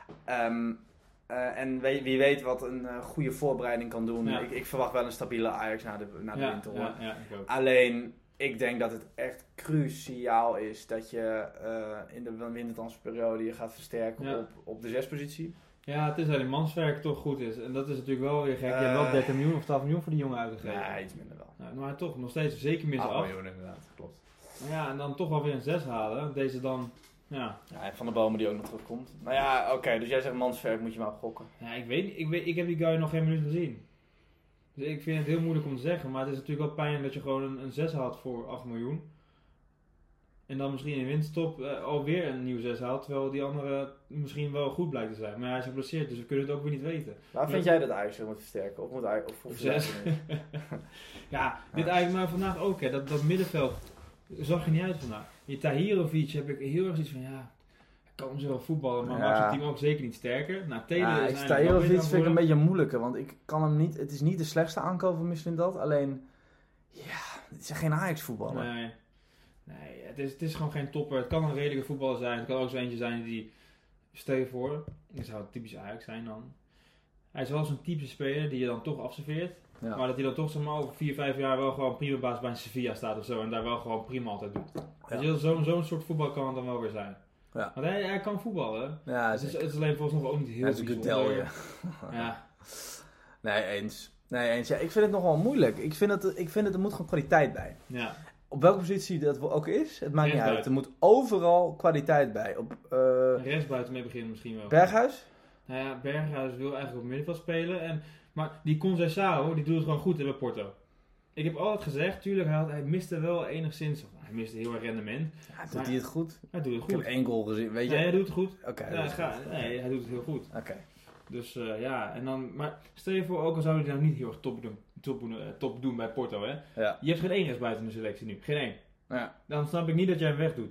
S2: En wie weet wat een goede voorbereiding kan doen.
S3: Ja.
S2: Ik verwacht wel een stabiele Ajax na de winter. Hoor.
S3: Ja, ik ook.
S2: Alleen, ik denk dat het echt cruciaal is dat je in de wintertransferperiode je gaat versterken
S3: Ja.
S2: op de 6-positie.
S3: Ja, het is dat die manswerk toch goed is. En dat is natuurlijk wel weer gek. Je hebt wel 13 miljoen of 12 miljoen voor die jongen uitgegeven.
S2: Nee, iets minder wel.
S3: Nou, maar toch, nog steeds zeker mis
S2: 8
S3: af.
S2: miljoen inderdaad, klopt.
S3: Maar ja, en dan toch wel weer een 6 halen. Deze dan, ja.
S2: Ja, en Van der Bomen die ook nog terugkomt. Nou ja, oké, dus jij zegt Manswerk, moet je maar op gokken.
S3: Ja, ik weet niet. Ik heb die guy nog geen minuut gezien. Dus ik vind het heel moeilijk om te zeggen. Maar het is natuurlijk wel pijnlijk dat je gewoon een 6 haalt voor 8 miljoen. En dan misschien in de winterstop alweer een nieuw 6 haalt. Terwijl die andere misschien wel goed blijkt te zijn. Maar hij is geblesseerd, dus we kunnen het ook weer niet weten.
S2: Waar vind jij dat Ajax zich moet versterken? Of moet Ajax... Of
S3: Of 6. Ja, dit eigenlijk maar vandaag ook. Hè. Dat middenveld zag je niet uit vandaag. Die Tahirovic heb ik heel erg zoiets van, ja, hij kan zo wel voetballen, maar
S2: Ja.
S3: maakt zijn team ook zeker niet sterker. Nou, Taylor is eigenlijk wel
S2: Tahirovic
S3: beter
S2: vind ik een
S3: geworden.
S2: beetje moeilijker, want ik kan hem niet... Het is niet de slechtste aankoop van misschien dat, alleen... Ja, het is geen Ajax voetballer.
S3: Nee, het is gewoon geen topper. Het kan een redelijke voetballer zijn. Het kan ook zo eentje zijn die, stel je voor, dat zou typisch Ajax zijn dan. Hij is wel zo'n typische speler die je dan toch afserveert.
S2: Ja.
S3: Maar dat hij dan toch zeg maar, over 4-5 jaar wel gewoon prima baas bij Sevilla staat of zo. En daar wel gewoon prima altijd doet.
S2: Ja.
S3: Weet je, zo'n soort voetbal kan het dan wel weer zijn.
S2: Ja.
S3: Want hij kan voetballen.
S2: Ja,
S3: Het is alleen volgens nog ook niet heel
S2: Hij is een
S3: bijzonder.
S2: Goodell, ja.
S3: Ja.
S2: Nee, eens. Ja, ik vind het nog wel moeilijk. Ik vind er moet gewoon kwaliteit bij.
S3: Ja.
S2: Op welke positie dat ook is, het maakt niet uit.
S3: Rechtsbuiten.
S2: Er moet overal kwaliteit bij. Op
S3: Rechtsbuiten mee beginnen misschien wel.
S2: Berghuis?
S3: Nou ja, Berghuis wil eigenlijk op middenveld spelen. Maar die Conceição, die doet het gewoon goed bij Porto. Ik heb altijd gezegd, tuurlijk, hij miste wel enigszins... Hij miste heel erg rendement.
S2: Ja, doet hij het goed?
S3: Hij doet het
S2: Ik heb
S3: goed.
S2: 1 goal gezien, weet je?
S3: Nee, hij doet het goed.
S2: Oké.
S3: Ja, hij doet het heel goed.
S2: Oké.
S3: Dus ja, en dan... Maar stel je voor, ook al zou hij nou niet heel erg top doen bij Porto, hè.
S2: Ja.
S3: Je hebt geen één rechtsbuiten in de selectie nu. Geen één.
S2: Ja.
S3: Dan snap ik niet dat jij hem wegdoet.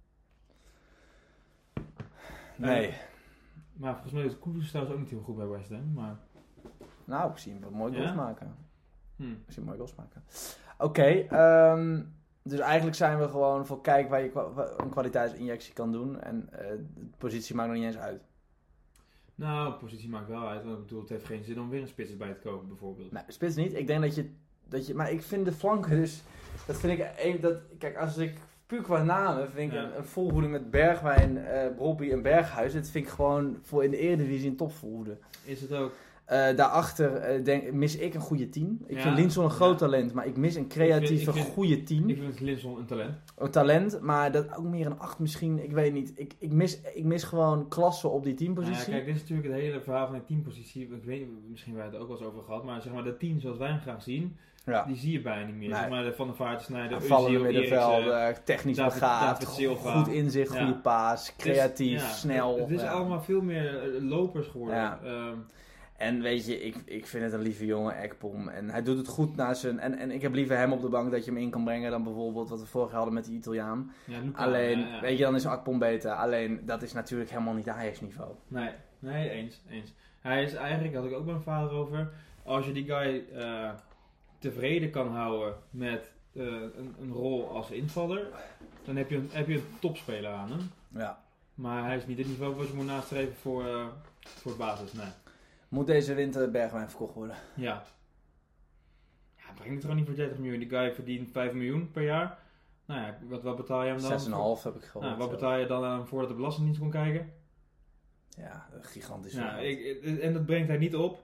S2: Nee.
S3: Maar volgens mij is Koeders trouwens ook niet heel goed bij West Ham. Maar...
S2: Nou, ik zie hem wel mooi goals
S3: Ja?
S2: maken.
S3: Hm.
S2: Ik zie hem mooi goals maken. Oké, dus eigenlijk zijn we gewoon voor kijk waar je een kwaliteitsinjectie kan doen. En de positie maakt nog niet eens uit.
S3: Nou, positie maakt wel uit. Want ik bedoel, het heeft geen zin om weer een spits erbij te kopen, bijvoorbeeld.
S2: Nee, spits niet. Ik denk dat je... Maar ik vind de flanken dus... Dat vind ik... Kijk, als ik... Puur qua namen vind ik
S3: Ja.
S2: een volhoede met Bergwijn, Brobbey en Berghuis. Dat vind ik gewoon voor in de Eredivisie een topvolhoede.
S3: Is het ook?
S2: Daarachter mis ik een goede 10. Ik
S3: Ja,
S2: vind Linson een groot
S3: ja.
S2: talent, maar ik mis een creatieve,
S3: Ik vind-
S2: goede 10.
S3: Ik vind Linson een talent.
S2: Een talent, maar dat ook meer een 8 misschien. Ik weet niet. Ik mis gewoon klasse op die
S3: Nou ja,
S2: teampositie.
S3: kijk, dit is natuurlijk het hele verhaal van de teampositie. Ik weet niet, misschien hebben we het ook wel eens over gehad. Maar zeg maar, de 10 zoals wij hem graag zien,
S2: Ja.
S3: die zie je bijna niet meer.
S2: Nee.
S3: Zeg maar, de Van der Vaart, Snijder,
S2: Aanvallende
S3: Özil,
S2: middenveld,
S3: Eriksen.
S2: technisch
S3: David
S2: begaafd,
S3: Silva.
S2: goed inzicht,
S3: Ja.
S2: goede paas, creatief,
S3: Dus, ja,
S2: snel.
S3: Het is
S2: ja.
S3: allemaal veel meer lopers geworden.
S2: Ja. En weet je, ik vind het een lieve jongen, Ekpom. En hij doet het goed na zijn... En ik heb liever hem op de bank dat je hem in kan brengen dan bijvoorbeeld wat we vorig hadden met die Italiaan.
S3: Ja, Luca,
S2: Alleen,
S3: ja.
S2: weet je, dan is Akpom beter. Alleen, dat is natuurlijk helemaal niet Ajax-niveau.
S3: Nee, eens. Hij is eigenlijk, had ik ook met mijn vader over, als je die guy tevreden kan houden met een rol als invaller, dan heb je een topspeler aan hem.
S2: Ja.
S3: Maar hij is niet het niveau wat je moet nastreven voor het basis, nee.
S2: Moet deze winter Bergwijn verkocht worden?
S3: Ja. Ja, breng het gewoon niet voor 30 miljoen. Die guy verdient 5 miljoen per jaar. Nou ja, wat betaal je hem dan?
S2: 6,5 heb ik gehoord.
S3: Nou, wat betaal je dan aan hem voordat de Belastingdienst kon kijken?
S2: Ja, gigantisch.
S3: Ja,
S2: veel.
S3: en dat brengt hij niet op.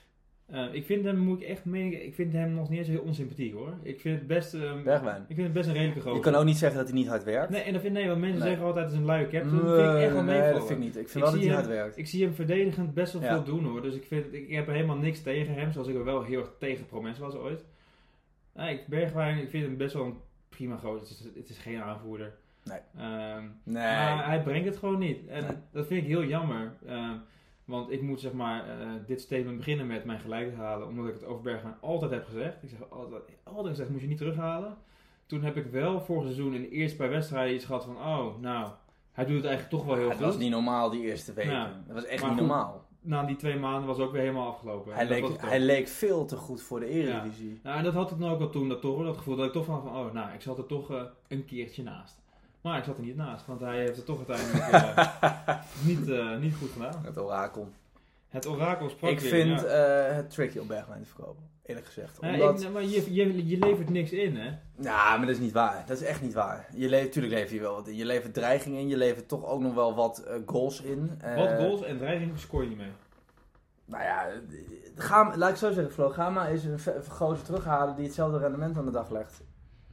S3: Ik vind hem, moet ik echt menen, ik vind hem nog niet eens heel onsympathiek hoor. Ik vind het best,
S2: Bergwijn.
S3: ik vind het best een redelijke gozer.
S2: Je kan ook niet zeggen dat hij niet hard werkt.
S3: Nee, en dat vind ik, want mensen
S2: Nee.
S3: zeggen altijd het is een luie captain. Dat vind ik echt wel
S2: Nee,
S3: meevallen.
S2: dat vind ik niet. Ik vind
S3: Ik
S2: wel dat
S3: zie
S2: hij
S3: hem-
S2: hard werkt.
S3: Ik zie hem verdedigend best wel
S2: Ja.
S3: veel doen hoor. Dus ik heb er helemaal niks tegen hem. Zoals ik er wel heel erg tegen Promes was ooit. Nee, Bergwijn, ik vind hem best wel een prima gozer. Het is geen aanvoerder.
S2: Nee.
S3: Nee.
S2: Nee.
S3: Maar hij brengt het gewoon niet. En
S2: Nee.
S3: dat vind ik heel jammer. Want ik moet zeg maar dit statement beginnen met mijn gelijk te halen. Omdat ik het over Bergwijn altijd heb gezegd. Ik zeg altijd gezegd, moet je niet terughalen. Toen heb ik wel vorig seizoen in de eerste paar wedstrijden iets gehad van... Oh, nou, hij doet het eigenlijk toch wel heel
S2: Het
S3: goed.
S2: was niet normaal die eerste weken.
S3: Ja.
S2: Dat was echt
S3: Maar
S2: niet
S3: goed,
S2: normaal.
S3: Na die 2 maanden was het ook weer helemaal afgelopen. En dat was het ook.
S2: Hij leek veel te goed voor de Eredivisie.
S3: Nou, en dat had ik nou ook al toen, dat gevoel dat ik toch van... Oh, nou, ik zat er toch een keertje naast. Maar ik zat er niet naast, want hij heeft het toch uiteindelijk niet goed gedaan.
S2: Het orakel.
S3: Het orakel sprak
S2: Ik
S3: weer,
S2: vind
S3: ja.
S2: het tricky om Bergwijn te verkopen. Eerlijk gezegd.
S3: Ja,
S2: Omdat...
S3: maar je levert niks in, hè?
S2: Ja, maar dat is niet waar. Dat is echt niet waar. Tuurlijk lever je wel wat in. Je levert dreiging in. Je levert toch ook nog wel wat goals in.
S3: Wat goals en dreiging scoor je niet mee.
S2: Nou ja, laat ik zo zeggen Flo. Ga maar eens een gozer terughalen die hetzelfde rendement aan de dag legt.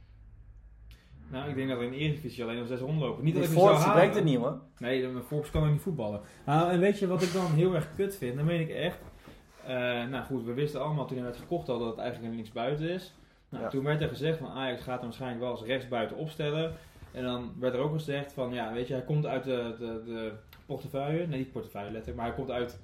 S3: Nou, ik denk dat we in de Eredivisie alleen nog 6 rondlopen. Niet dat
S2: Die
S3: ik hem zou
S2: Forbes
S3: halen.
S2: brengt het niet hoor.
S3: Nee, de Forbes kan ook niet voetballen. Nou, en weet je wat ik dan heel erg kut vind? Dan meen ik echt... nou goed, we wisten allemaal toen hij werd gekocht al dat het eigenlijk een linksbuiten is. Nou,
S2: Ja.
S3: Toen werd er gezegd van Ajax gaat hem waarschijnlijk wel als rechtsbuiten opstellen. En dan werd er ook gezegd van, ja, weet je, hij komt uit de portefeuille. Nee, niet portefeuille letterlijk, maar hij komt uit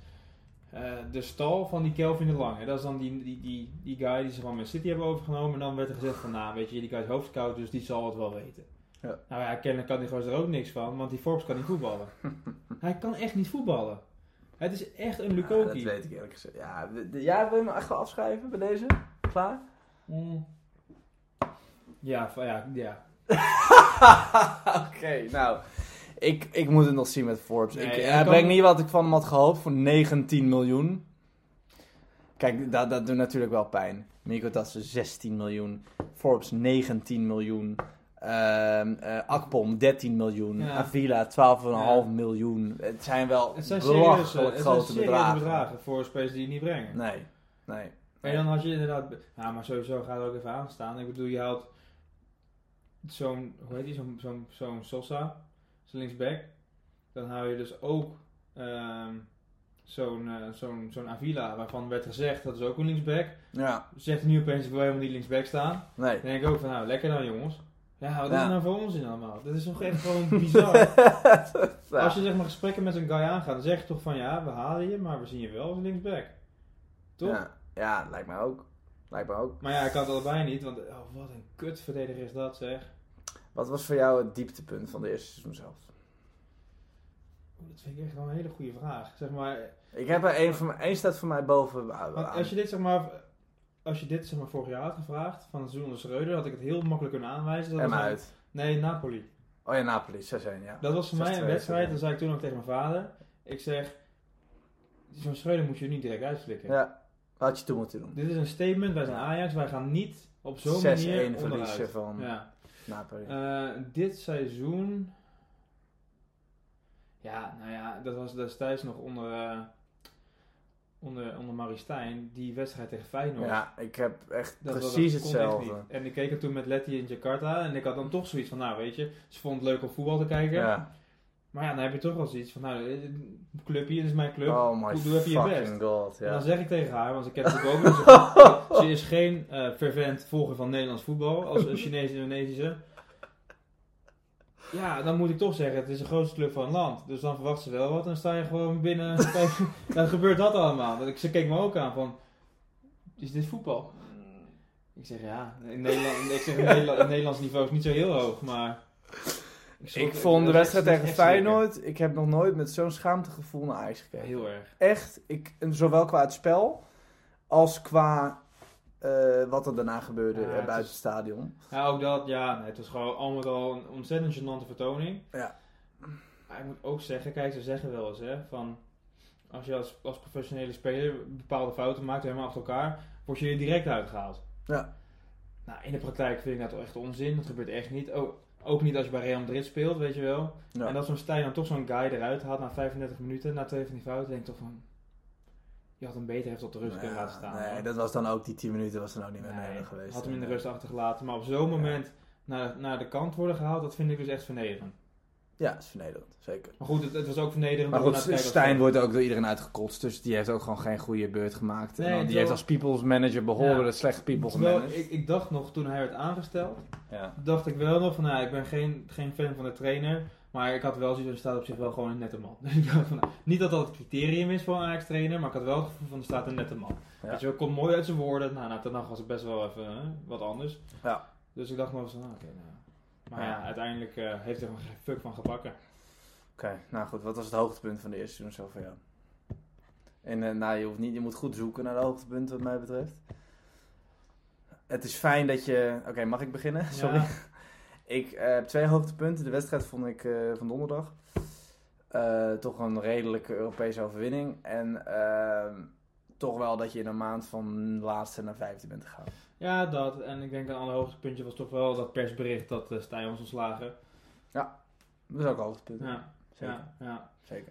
S3: de stal van die Kelvin de Lange. Dat is dan die guy die ze van Man City hebben overgenomen. En dan werd er gezegd van, nou, weet je, die guy is hoofdscout, dus die zal het wel weten.
S2: Ja.
S3: Nou ja, kennelijk kan die gozer er ook niks van, want die Forbes kan niet voetballen. Hij kan echt niet voetballen. Het is echt een
S2: Ja,
S3: Lukoki.
S2: dat weet ik eerlijk gezegd. Ja, wil je me echt wel afschrijven bij deze? Klaar?
S3: Ja.
S2: Oké, nou. Ik moet het nog zien met Forbes.
S3: Nee,
S2: Hij
S3: kan-
S2: brengt niet wat ik van hem had gehoopt voor 19 miljoen. Kijk, dat doet natuurlijk wel pijn. Mico Tassen 16 miljoen. Forbes 19 miljoen. Akpom 13 miljoen.
S3: Ja.
S2: Avila 12,5
S3: Ja.
S2: miljoen. Het zijn wel
S3: Het zijn
S2: belachelijk
S3: serieuze
S2: grote bedragen.
S3: voor spelers die je niet brengen.
S2: Nee.
S3: En dan had je inderdaad... Ja, maar sowieso gaat het ook even aanstaan. Ik bedoel, je haalt zo'n... Hoe heet die? Zo'n Sosa. Zo'n linksback. Dan hou je dus ook zo'n Avila, waarvan werd gezegd, dat is ook een linksback.
S2: Ja,
S3: Zegt hij nu opeens, ik wil helemaal niet linksback staan.
S2: nee.
S3: Dan denk ik ook van, nou, lekker dan jongens. Ja, wat is
S2: Ja.
S3: het nou voor onzin allemaal? Dat is toch echt gewoon bizar. Als je zeg maar gesprekken met zo'n guy aangaat, dan zeg je toch van, ja, we halen je, maar we zien je wel als linksback. Toch?
S2: Ja, lijkt mij ook.
S3: Maar ja, ik kan het allebei niet, want wat een kutverdediger is dat, zeg.
S2: Wat was voor jou het dieptepunt van de eerste seizoen zelf?
S3: Dat vind ik echt wel een hele goede vraag. Zeg maar,
S2: Ik heb er één staat voor mij boven.
S3: want als je dit vorig jaar had gevraagd, van het seizoen onder Schreuder, had ik het heel makkelijk kunnen aanwijzen. Dat
S2: En
S3: was
S2: uit.
S3: Nee, Napoli.
S2: Oh ja, Napoli, 6-1, ja.
S3: Dat was voor mij een
S2: 6-2,
S3: wedstrijd,
S2: 6-1.
S3: dan zei ik toen ook tegen mijn vader. Ik zeg, zo'n Schreuder moet je niet direct uitslikken.
S2: Ja, wat had je toen moeten doen?
S3: Dit is een statement, wij zijn Ajax, wij gaan niet op zo'n
S2: 6-1
S3: manier
S2: verliezen
S3: onderuit.
S2: van
S3: Ja.
S2: Napoli.
S3: Dit seizoen... Ja, nou ja, dat was destijds nog onder Maurice Stijn, die wedstrijd tegen Feyenoord.
S2: Ja, ik heb echt
S3: Dat
S2: precies
S3: kon echt
S2: hetzelfde.
S3: niet. En ik keek er toen met Letty in Jakarta en ik had dan toch zoiets van, nou weet je, ze vond het leuk om voetbal te kijken.
S2: Ja.
S3: Maar ja, dan heb je toch wel zoiets van, nou, clubje, dit is mijn club,
S2: Oh my
S3: doe even je best.
S2: fucking god,
S3: En dan
S2: ja.
S3: zeg ik tegen haar, want ik heb natuurlijk ook niet ze is geen fervent volger van Nederlands voetbal, als een Chinees-Indonesische. Ja, dan moet ik toch zeggen, het is de grootste club van het land. Dus dan verwacht ze wel wat en dan sta je gewoon binnen. Dan gebeurt dat allemaal. Ze keek me ook aan van, is dit voetbal? Ik zeg ja, in Nederlands niveau is niet zo heel hoog, maar...
S2: Ik vond de wedstrijd tegen
S3: echt
S2: Feyenoord, ik heb nog nooit met zo'n schaamtegevoel naar Ajax gekeken.
S3: heel erg.
S2: Echt, zowel qua het spel, als qua wat er daarna gebeurde
S3: Ja,
S2: buiten
S3: het
S2: het stadion.
S3: Ja, ook dat, ja, nee, het was gewoon al met al een ontzettend gênante vertoning.
S2: Ja.
S3: Maar ik moet ook zeggen, kijk, ze zeggen wel eens, hè, van... Als je als professionele speler bepaalde fouten maakt, helemaal achter elkaar, word je er direct uitgehaald.
S2: Ja.
S3: Nou, in de praktijk vind ik dat toch echt onzin. Dat gebeurt echt niet. Ook niet als je bij Real Madrid speelt, weet je wel.
S2: Ja.
S3: En dat zo'n Stijn dan toch zo'n guy eruit haalt na 35 minuten, na 2 van die fouten, denk ik toch van... Je had hem beter even tot de rust kunnen laten staan.
S2: Nee,
S3: hoor.
S2: dat was dan ook, die 10 minuten was dan ook niet meer nodig geweest.
S3: Had hem in de rust achtergelaten. Maar op zo'n moment naar de kant worden gehaald, dat vind ik dus echt vernederend.
S2: Ja, dat is vernederend, zeker.
S3: Maar goed, het was ook vernederend.
S2: Maar
S3: om
S2: goed,
S3: naar te kijken
S2: Stijn
S3: als-
S2: wordt ook door iedereen uitgekotst, dus die heeft ook gewoon geen goede beurt gemaakt.
S3: Nee,
S2: En dan, die
S3: terwijl-
S2: heeft als people's manager behoren
S3: Ja.
S2: dat slechte people
S3: Terwijl
S2: gemanaged.
S3: ik dacht nog, toen hij werd aangesteld,
S2: Ja.
S3: dacht ik wel nog van, nou, ik ben geen fan van de trainer. Maar ik had wel zoiets, er staat op zich wel gewoon een nette man. Dus ik dacht van, nou, niet dat dat het criterium is voor een Ajax-trainer, maar ik had wel het gevoel van, er staat een nette man.
S2: Ja.
S3: Weet je wel, komt mooi uit zijn woorden. Nou, ten nacht was het best wel even wat anders.
S2: Ja.
S3: Dus ik dacht nog van, oké, nou. Maar ja, uiteindelijk heeft hij er gewoon geen fuck van gebakken.
S2: Oké, nou goed, wat was het hoogtepunt van de eerste seizoen zo voor jou? En nou, je moet goed zoeken naar de hoogtepunten wat mij betreft. Het is fijn dat je... Oké, mag ik beginnen? Sorry.
S3: Ja.
S2: Ik heb 2 hoogtepunten. De wedstrijd vond ik van donderdag. Toch een redelijke Europese overwinning. En toch wel dat je in een maand van laatste naar 15 bent gegaan.
S3: Ja, dat. En ik denk een ander hoogtepuntje was toch wel dat persbericht dat Stijn was ontslagen.
S2: Dat is ook een hoogtepunt.
S3: Ja,
S2: Zeker.
S3: ja.
S2: Zeker.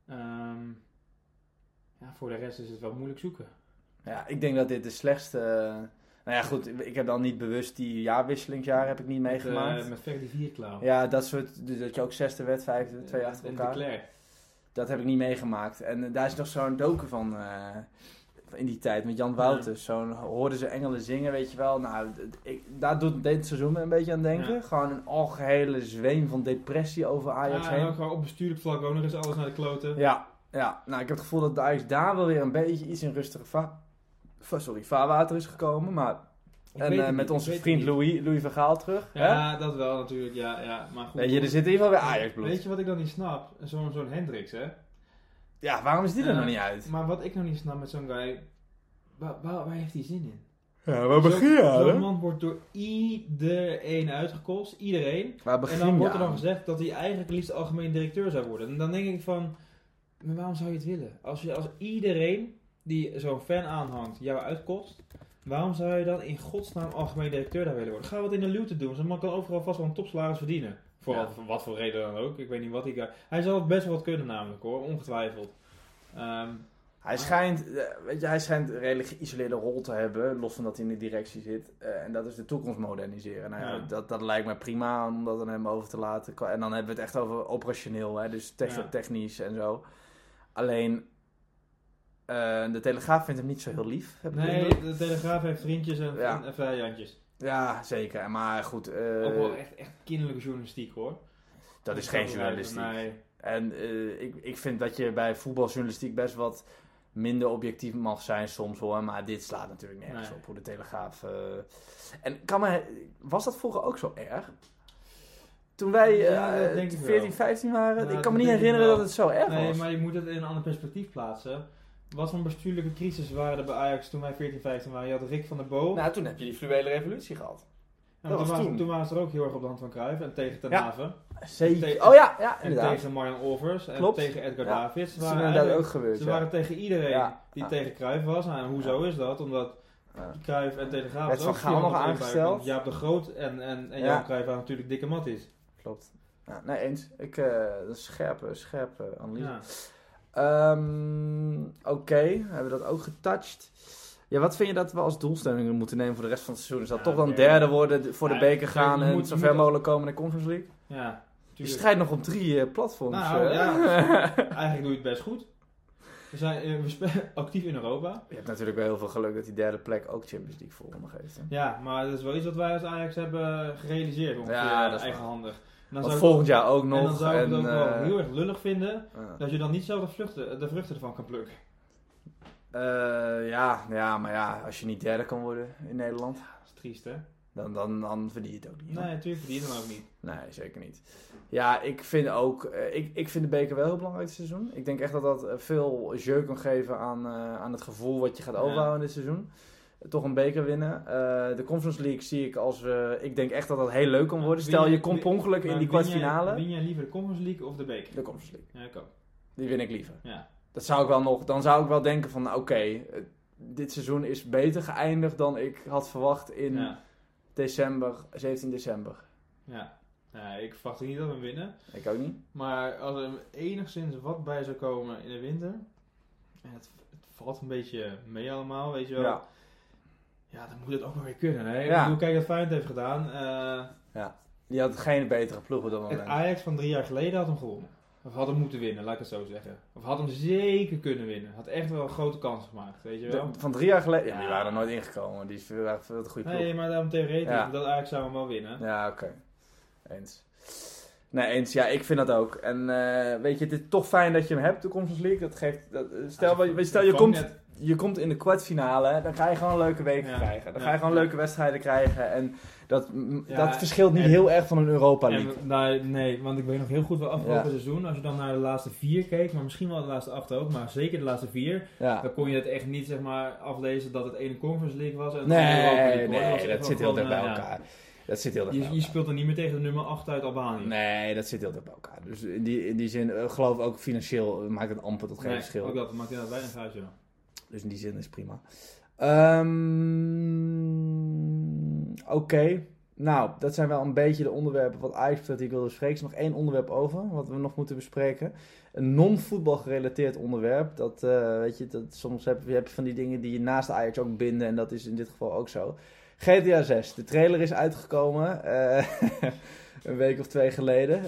S3: Ja, voor de rest is het wel moeilijk zoeken.
S2: Ja, ik denk dat dit de slechtste... nou ja, goed, ik heb dan niet bewust die jaarwisselingsjaren heb ik niet meegemaakt.
S3: Met Ferdi Vierklauw.
S2: Ja, dat soort, dus dat je ook 6e werd, 5e, 2 achter
S3: En
S2: elkaar.
S3: De Klerk.
S2: Dat heb ik niet meegemaakt. En daar is nog zo'n docu van in die tijd met Jan Wouters. Zo'n hoorden ze engelen zingen, weet je wel. Nou, daar doet dit seizoen me een beetje aan denken.
S3: Ja.
S2: Gewoon een algehele zweem van depressie over Ajax
S3: Ja, en ook
S2: heen.
S3: gewoon op bestuurlijk vlak ook nog eens alles naar de kloten.
S2: Ja, nou, ik heb het gevoel dat de Ajax daar wel weer een beetje iets in rustige vaarwater is gekomen. Maar
S3: Ik weet het
S2: en
S3: niet,
S2: met
S3: ik
S2: onze
S3: weet het
S2: vriend
S3: niet.
S2: Louis van Gaal terug. Hè?
S3: Ja, dat wel natuurlijk, ja. Maar goed.
S2: Weet je, er zit in ieder geval weer Ajax-bloed.
S3: Weet je wat ik dan niet snap? Zo'n Hendricks, hè?
S2: Ja, waarom is die er nog niet uit?
S3: Maar wat ik nog niet snap met zo'n guy, waar heeft hij zin in?
S2: Ja, waar begin je aan,
S3: Zo'n
S2: hè?
S3: man wordt door iedereen uitgekost, iedereen.
S2: Waar
S3: En
S2: begin
S3: dan
S2: je
S3: wordt er dan
S2: aan?
S3: gezegd dat hij eigenlijk liefst algemeen directeur zou worden. En dan denk ik van, maar waarom zou je het willen? Als iedereen die zo'n fan aanhangt jou uitkost, waarom zou je dan in godsnaam algemeen directeur daar willen worden? Ga wat in de luwte doen. Zo'n man kan overal vast wel een topsalaris verdienen. Vooral voor wat voor reden dan ook. Ik weet niet wat hij zal best wel wat kunnen namelijk hoor, ongetwijfeld.
S2: Hij schijnt een redelijk geïsoleerde rol te hebben, los van dat hij in de directie zit. En dat is de toekomst moderniseren. Nou ja,
S3: Ja.
S2: dat lijkt me prima om dat aan hem over te laten. En dan hebben we het echt over operationeel, hè, dus technisch en zo. Alleen, de Telegraaf vindt hem niet zo heel lief. Heb ik de
S3: Nee,
S2: indruk.
S3: de Telegraaf heeft vriendjes en vijandjes.
S2: Ja, zeker. Maar goed,
S3: Ook wel echt kinderlijke journalistiek hoor.
S2: dat is geen journalistiek.
S3: Nee.
S2: En ik vind dat je bij voetbaljournalistiek best wat minder objectief mag zijn soms hoor. Maar dit slaat natuurlijk nergens
S3: Nee.
S2: op hoe de Telegraaf... En was dat vroeger ook zo erg? Toen wij
S3: Ja, dat denk ik
S2: 14,
S3: wel.
S2: 15 waren?
S3: Ja,
S2: ik kan me
S3: dat
S2: niet
S3: denk ik
S2: herinneren
S3: wel.
S2: dat het zo erg
S3: Nee,
S2: was.
S3: maar je moet het in een ander perspectief plaatsen. Wat voor bestuurlijke crisis waren er bij Ajax toen wij 14, 15 waren? Je had Rick van der Boo.
S2: Nou, toen heb je die fluwele revolutie gehad.
S3: Ja,
S2: dat
S3: maar
S2: was toen.
S3: toen waren ze er ook heel erg op de hand van Cruijff en tegen Ten
S2: Ja.
S3: Haven.
S2: Zeker.
S3: Tegen-
S2: Oh ja,
S3: En
S2: inderdaad.
S3: tegen Marjan Olvers en
S2: Klopt.
S3: tegen Edgar
S2: Ja.
S3: Davids. Ze
S2: Dat is
S3: waren,
S2: inderdaad ook
S3: eigenlijk-
S2: gebeurd.
S3: ze
S2: ja.
S3: waren tegen iedereen
S2: Ja.
S3: die
S2: Ja.
S3: tegen Cruijff was. Nou, en hoezo is dat? Omdat
S2: Ja.
S3: Cruijff en Telegraaf
S2: Werd
S3: was ook
S2: Van Gaal nog
S3: 400
S2: aangesteld?
S3: want Jaap de Groot en
S2: Ja.
S3: Johan Cruijff waren natuurlijk dikke matties.
S2: Klopt. Ja, nee, eens. Dat is scherpe analyse.
S3: Ja.
S2: Oké, hebben we dat ook getouched. Ja, wat vind je dat we als doelstelling moeten nemen voor de rest van het seizoen? Is dat toch dan derde worden, voor de beker gaan
S3: je
S2: en
S3: moet-
S2: zo
S3: je
S2: ver
S3: moet-
S2: mogelijk komen in de Conference League?
S3: Ja,
S2: Je
S3: tuurlijk.
S2: strijdt nog op 3 platforms.
S3: Nou ja, eigenlijk doe je het best goed. We spelen actief in Europa.
S2: Je hebt natuurlijk wel heel veel geluk dat die derde plek ook Champions League volgende geeft. Hè?
S3: Ja, maar dat is wel iets wat wij als Ajax hebben gerealiseerd. Ongeveer
S2: Ja, dat is
S3: eigenhandig. En dan
S2: Want
S3: zou ik-
S2: volgend jaar ook nog.
S3: En dan zou ik het ook wel heel erg lullig vinden
S2: ja.
S3: dat je dan niet zelf de vruchten ervan kan plukken.
S2: Maar ja, als je niet derde kan worden in Nederland,
S3: Dat is triest, hè?
S2: dan verdien je het ook niet.
S3: Nee, natuurlijk verdien je dan ook niet.
S2: Nee, zeker niet. Ja, ik vind ook, ik vind de beker wel heel belangrijk dit seizoen. Ik denk echt dat dat veel jeu kan geven aan het gevoel wat je gaat overhouden in dit seizoen. Toch een beker winnen. De Conference League zie ik als, ik denk echt dat dat heel leuk kan worden. Stel je komt per ongeluk in die kwartfinale.
S3: Win jij liever de Conference League of de beker?
S2: De Conference League.
S3: Ja, ik ook.
S2: Die win ik liever.
S3: Ja.
S2: Dat zou ik wel nog, dan zou ik wel denken van oké, dit seizoen is beter geëindigd dan ik had verwacht in december, 17 december.
S3: Ja. Ja, ik verwacht niet dat we winnen.
S2: Ik ook niet.
S3: Maar als er enigszins wat bij zou komen in de winter, en het valt een beetje mee allemaal, weet je wel. Ja, dan moet het ook wel weer kunnen. Hè?
S2: Ja.
S3: Ik bedoel, kijk wat Feyenoord heeft gedaan.
S2: Die had geen betere ploeg op dat
S3: Het
S2: moment.
S3: Ajax van 3 jaar geleden had hem gewonnen. Of had hem moeten winnen, laat ik het zo zeggen. Of had hem zeker kunnen winnen. Had echt wel een grote kans gemaakt, weet je wel.
S2: Van 3 jaar geleden? Ja, die
S3: Ja.
S2: waren er nooit ingekomen. Die waren veel te goede ploeg.
S3: Nee, maar daarom theoretisch,
S2: Ja.
S3: dat Ajax zou hem wel winnen.
S2: Ja, oké. Eens. Nee, eens. Ja, ik vind dat ook. En weet je, het is toch fijn dat je hem hebt, de Conference League. Dat geeft, je komt in de kwartfinale, dan ga je gewoon een leuke week krijgen. Dan ga je gewoon leuke wedstrijden krijgen. En dat verschilt niet heel erg van een Europa League.
S3: Nee, want ik weet nog heel goed wel afgelopen seizoen. Als je dan naar de laatste 4 keek, maar misschien wel de laatste 8 ook, maar zeker de laatste 4. Dan kon je het echt niet zeg maar aflezen dat het ene Conference League was en het andere Europa League.
S2: Nee, dat zit heel dicht bij elkaar. Dat zit heel dicht bij
S3: Je
S2: elkaar.
S3: speelt er niet meer tegen de nummer 8 uit Albanië.
S2: Nee, dat zit heel dicht bij elkaar. Dus in die zin, geloof ik ook financieel maakt het amper tot geen verschil.
S3: Ook dat maakt inderdaad weinig uit, ja.
S2: Dus in die zin is het prima. Oké. Nou, dat zijn wel een beetje de onderwerpen wat Ajax betreft die ik wilde bespreken. Er is nog 1 onderwerp over, wat we nog moeten bespreken. Een non-voetbal gerelateerd onderwerp. Dat, weet je, soms heb je van die dingen die je naast Ajax ook binden. En dat is in dit geval ook zo. GTA 6. De trailer is uitgekomen. Een week of 2 geleden.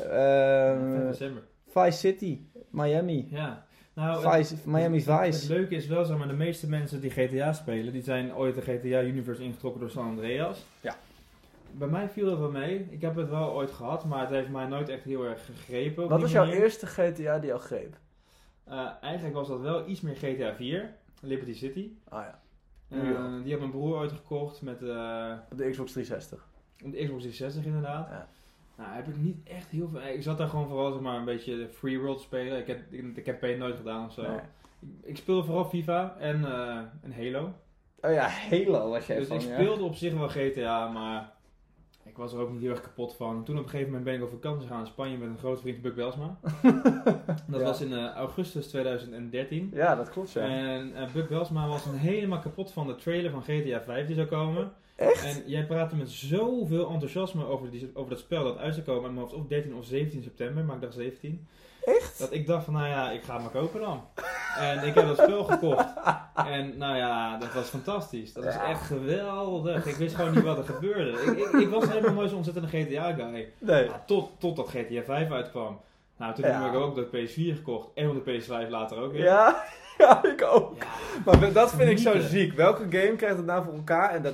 S3: 5 december.
S2: Vice City. Miami.
S3: Ja. Nou,
S2: Miami Vice.
S3: Het leuke is wel, zeg maar, de meeste mensen die GTA spelen, die zijn ooit de GTA-universe ingetrokken door San Andreas.
S2: Ja.
S3: Bij mij viel het wel mee. Ik heb het wel ooit gehad, maar het heeft mij nooit echt heel erg gegrepen.
S2: Wat was jouw eerste GTA die al greep?
S3: Eigenlijk was dat wel iets meer GTA 4, Liberty City.
S2: Ah ja.
S3: Die had mijn broer ooit gekocht met
S2: Op de Xbox 360.
S3: de Xbox 360 inderdaad.
S2: Ja.
S3: Nou, heb ik niet echt heel veel... Ik zat daar gewoon vooral zeg maar, een beetje de free world te spelen. Ik heb de campaign nooit gedaan of zo.
S2: Nee.
S3: Ik speelde vooral FIFA en Halo.
S2: Oh ja, Halo was jij
S3: Dus
S2: van,
S3: ik speelde op zich wel GTA, maar ik was er ook niet heel erg kapot van. Toen op een gegeven moment ben ik op vakantie gegaan in Spanje met een grote vriend, Buck Belsma. Dat was in augustus 2013.
S2: Ja, dat klopt, ja.
S3: En Buck Belsma was helemaal kapot van de trailer van GTA 5 die zou komen.
S2: Echt?
S3: En jij praatte met zoveel enthousiasme over dat spel dat uit zou komen. En of 13 of 17 september, maar ik dacht 17.
S2: Echt?
S3: Dat ik dacht van, nou ja, ik ga het maar kopen dan. En ik heb dat spel gekocht. En nou ja, dat was fantastisch. Dat was echt geweldig. Ik wist gewoon niet wat er gebeurde. Ik was helemaal nooit zo'n ontzettende GTA-guy.
S2: Nee.
S3: Ja, totdat GTA 5 uitkwam. Nou, toen heb ik ook de PS4 gekocht. En op de PS5 later ook weer.
S2: Ja, ik ook.
S3: Ja,
S2: Maar dat vind ik zo
S3: genieten.
S2: ziek. Welke game krijgt het nou voor elkaar? En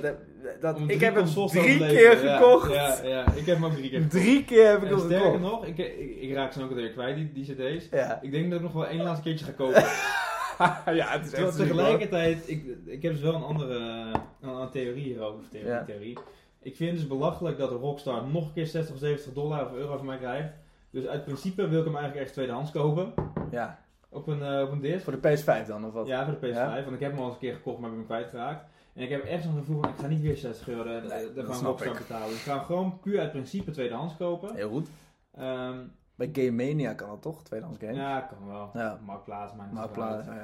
S2: ik heb hem
S3: consoles
S2: 3
S3: te
S2: keer
S3: overleven.
S2: gekocht.
S3: Ja, ik heb hem ook 3 keer gekocht.
S2: 3 keer heb ik
S3: En
S2: hem
S3: sterker
S2: gekocht.
S3: nog, ik raak ze ook alweer kwijt, die cd's.
S2: Ja.
S3: Ik denk dat ik nog wel 1 laatste keertje ga kopen.
S2: Ja, het is
S3: Terwijl
S2: echt
S3: tegelijkertijd, ik heb dus wel een andere een theorie hierover. Theorie. Ik vind het dus belachelijk dat Rockstar nog een keer $60 of $70 of euro van mij krijgt. Dus uit principe wil ik hem eigenlijk echt tweedehands kopen.
S2: Ja.
S3: Op een disc.
S2: Voor de PS5 dan, of wat?
S3: Ja, voor de PS5.
S2: Ja?
S3: Want ik heb hem al eens een keer gekocht, maar ik ben hem kwijtgeraakt. En ik heb echt zo'n gevoel van, ik ga niet weer €60
S2: dat
S3: van
S2: snap
S3: Rockstar
S2: ik.
S3: betalen. Ik ga hem gewoon puur uit principe tweedehands kopen.
S2: Heel goed.
S3: Ehm,
S2: Bij Game Mania kan dat toch? Tweedehands game?
S3: ja, kan wel.
S2: Ja.
S3: Marktplaats, maar niet
S2: Marktplaats,
S3: zo
S2: ja.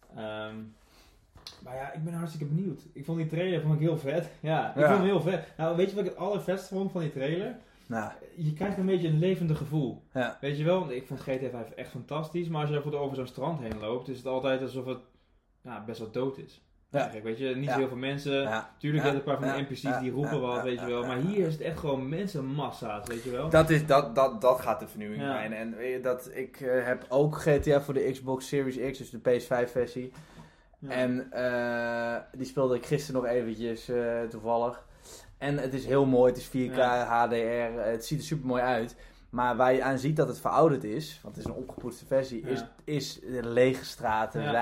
S3: maar ja, ik ben hartstikke benieuwd. Ik vond die trailer heel vet. Ja, ik
S2: Ja.
S3: vond hem heel vet. Nou, weet je wat ik het allervetst vond van die trailer?
S2: Nou,
S3: Je krijgt een beetje een levendig gevoel.
S2: ja.
S3: Weet je wel, ik vond GTA 5 echt fantastisch, maar als je daar over zo'n strand heen loopt, is het altijd alsof het best wel dood is.
S2: Ja.
S3: Eigenlijk, weet je, niet
S2: Ja.
S3: heel veel mensen.
S2: Ja.
S3: Tuurlijk heb je een paar van
S2: Ja.
S3: de NPC's
S2: Ja.
S3: die roepen
S2: Ja.
S3: wat,
S2: Ja.
S3: weet je wel. Maar hier is het echt gewoon mensenmassa's, weet je wel.
S2: Dat gaat de vernieuwing
S3: Ja.
S2: zijn. En ik heb ook GTA voor de Xbox Series X, dus de PS5 versie.
S3: Ja.
S2: En die speelde ik gisteren nog eventjes toevallig. En het is heel mooi, het is 4K, HDR, het ziet er super mooi uit. Maar waar je aan ziet dat het verouderd is, want het is een opgepoetste versie, is lege straten,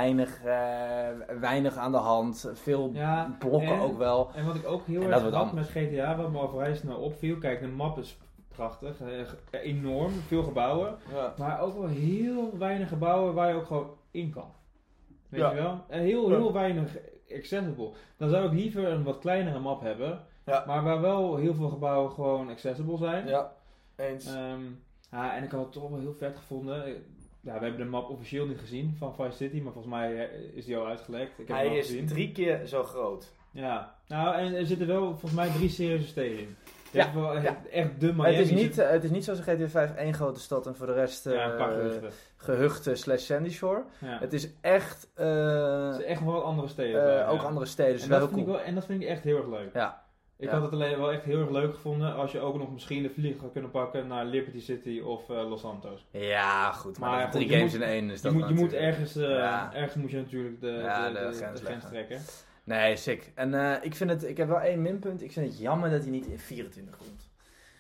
S2: weinig aan de hand, veel blokken ook wel.
S3: En wat ik ook heel erg had met GTA, wat me al vrij snel opviel, kijk, de map is prachtig, enorm, veel gebouwen, maar ook wel heel weinig gebouwen waar je ook gewoon in kan. Weet je wel? Heel weinig accessible. Dan zou ik liever een wat kleinere map hebben, maar waar wel heel veel gebouwen gewoon accessible zijn.
S2: Ja, eens.
S3: En ik had het toch wel heel vet gevonden. Ja, we hebben de map officieel niet gezien van Vice City, maar volgens mij is die al uitgelekt.
S2: Hij is gezien. 3 keer zo groot.
S3: Ja, nou en er zitten wel volgens mij 3 serieuze steden in. Echt de Miami.
S2: Het is niet zoals GTA 5 één grote stad en voor de rest
S3: een paar
S2: gehuchten / Sandy Shore.
S3: Ja.
S2: Het is echt...
S3: het is echt wel andere steden.
S2: ook andere steden. Dus
S3: en dat vind ik echt heel erg leuk.
S2: Ja.
S3: Ik had het alleen wel echt heel erg leuk gevonden als je ook nog misschien de vlieg had kunnen pakken naar Liberty City of Los Santos.
S2: Ja, goed. Maar 3 games in één is dat
S3: je moet ergens moet je natuurlijk de grens trekken.
S2: Nee, sick. En ik heb wel 1 minpunt. Ik vind het jammer dat hij niet in 24 komt.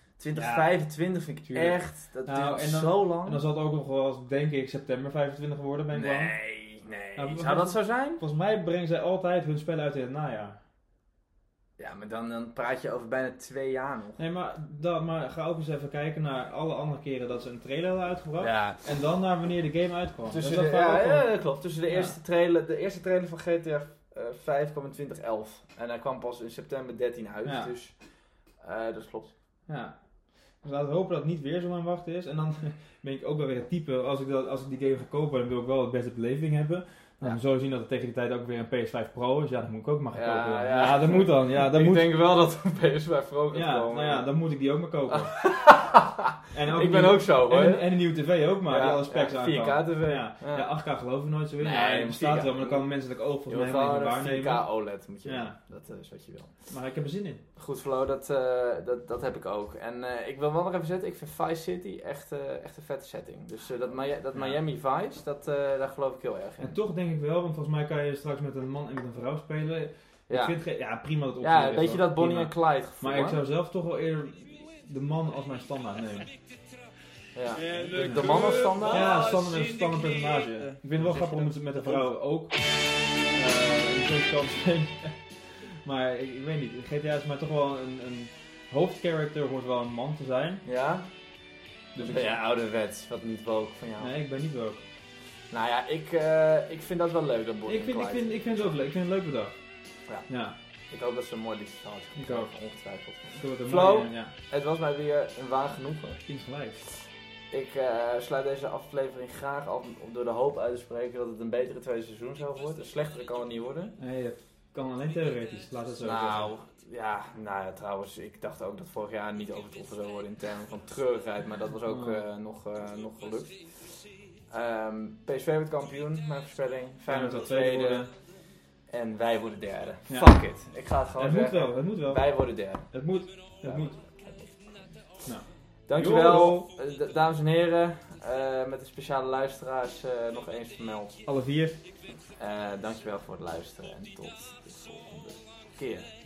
S2: 2025 vind ik echt, dat duurt zo lang.
S3: En dan zal het ook nog wel, denk ik, september 25 worden, ben ik bang.
S2: Nee. Zou dat zo zijn?
S3: Volgens mij brengen zij altijd hun spellen uit in het najaar.
S2: Ja, maar dan praat je over bijna 2 jaar nog.
S3: Nee, maar ga ook eens even kijken naar alle andere keren dat ze een trailer hebben uitgebracht.
S2: Ja.
S3: En dan naar wanneer de game uitkwam.
S2: Dat klopt. Tussen de eerste trailer van GTA 5 kwam in 2011. En hij kwam pas in september 13 uit.
S3: Ja.
S2: Dus dat klopt.
S3: Ja. Dus laten we hopen dat het niet weer zo lang wachten is. En dan ben ik ook wel weer het type, als ik die game ga kopen, dan wil ik wel het beste beleving hebben. Dan zullen we zien dat er tegen die tijd ook weer een PS5 Pro is. Ja, dat moet ik ook maar gaan kopen. Ja, dat moet dan. Ja,
S2: ik denk wel dat er een PS5 Pro gaat komen.
S3: Nou ja, dan moet ik die ook maar kopen. En ook
S2: ik ben ook zo hoor.
S3: En een nieuwe tv ook maar, die alle specs aan
S2: 4K tv.
S3: Ja, 8K geloof ik nooit zo in.
S2: Nee,
S3: dat staat wel, maar dan kan menselijk oog volgens mij helemaal niet waarnemen.
S2: 4K OLED moet je dat is wat je wil.
S3: Maar ik heb er zin in.
S2: Goed Flo, dat heb ik ook. En ik wil wel nog even zetten, ik vind Vice City echt een vette setting. Dus dat Miami Vice, daar geloof ik heel erg in.
S3: En toch denk ik wel, want volgens mij kan je straks met een man en met een vrouw spelen.
S2: Ja.
S3: Ik vind prima dat optie.
S2: Ja, weet je dat Bonnie en Clyde gevoel.
S3: Maar ik zou zelf toch wel eerder de man als mijn standaard nemen.
S2: Ja. De man als standaard?
S3: Ja, standaard personage. Ik vind het wel grappig om het met de vrouw ook zo'n kant spelen. Maar ik weet niet, GTA is maar toch wel een hoofdcharacter hoort wel een man te zijn.
S2: Ja? Dus ben jij ouderwets, wat niet woke van jou?
S3: Nee, ik ben niet woke.
S2: Nou ja, ik vind dat wel leuk, dat Bonnie en Clyde.
S3: Ik vind het ook leuk, ik vind het leuk bedacht.
S2: Ja. Ik hoop dat ze een mooi liedje van had.
S3: Ik ook.
S2: Ongetwijfeld. Flo, het was mij weer een waar genoegen.
S3: Iets gelijk.
S2: Ik sluit deze aflevering graag af door de hoop uit te spreken dat het een betere tweede seizoen zou worden. Een slechtere kan het niet worden.
S3: Nee, het kan alleen theoretisch, laat het zo zeggen.
S2: Ja, trouwens, ik dacht ook dat vorig jaar niet overtroffen zou worden in termen van treurigheid, maar dat was ook nog gelukt. PSV wordt kampioen, mijn voorspelling. Feyenoord wordt tweede. En wij worden derde. Ja. Fuck it. Ik ga het gewoon zeggen.
S3: Het moet wel.
S2: Wij worden derde.
S3: Het moet. Nou.
S2: Dankjewel, dames en heren. Met de speciale luisteraars nog eens vermeld.
S3: Alle 4.
S2: Dankjewel voor het luisteren en tot de volgende keer.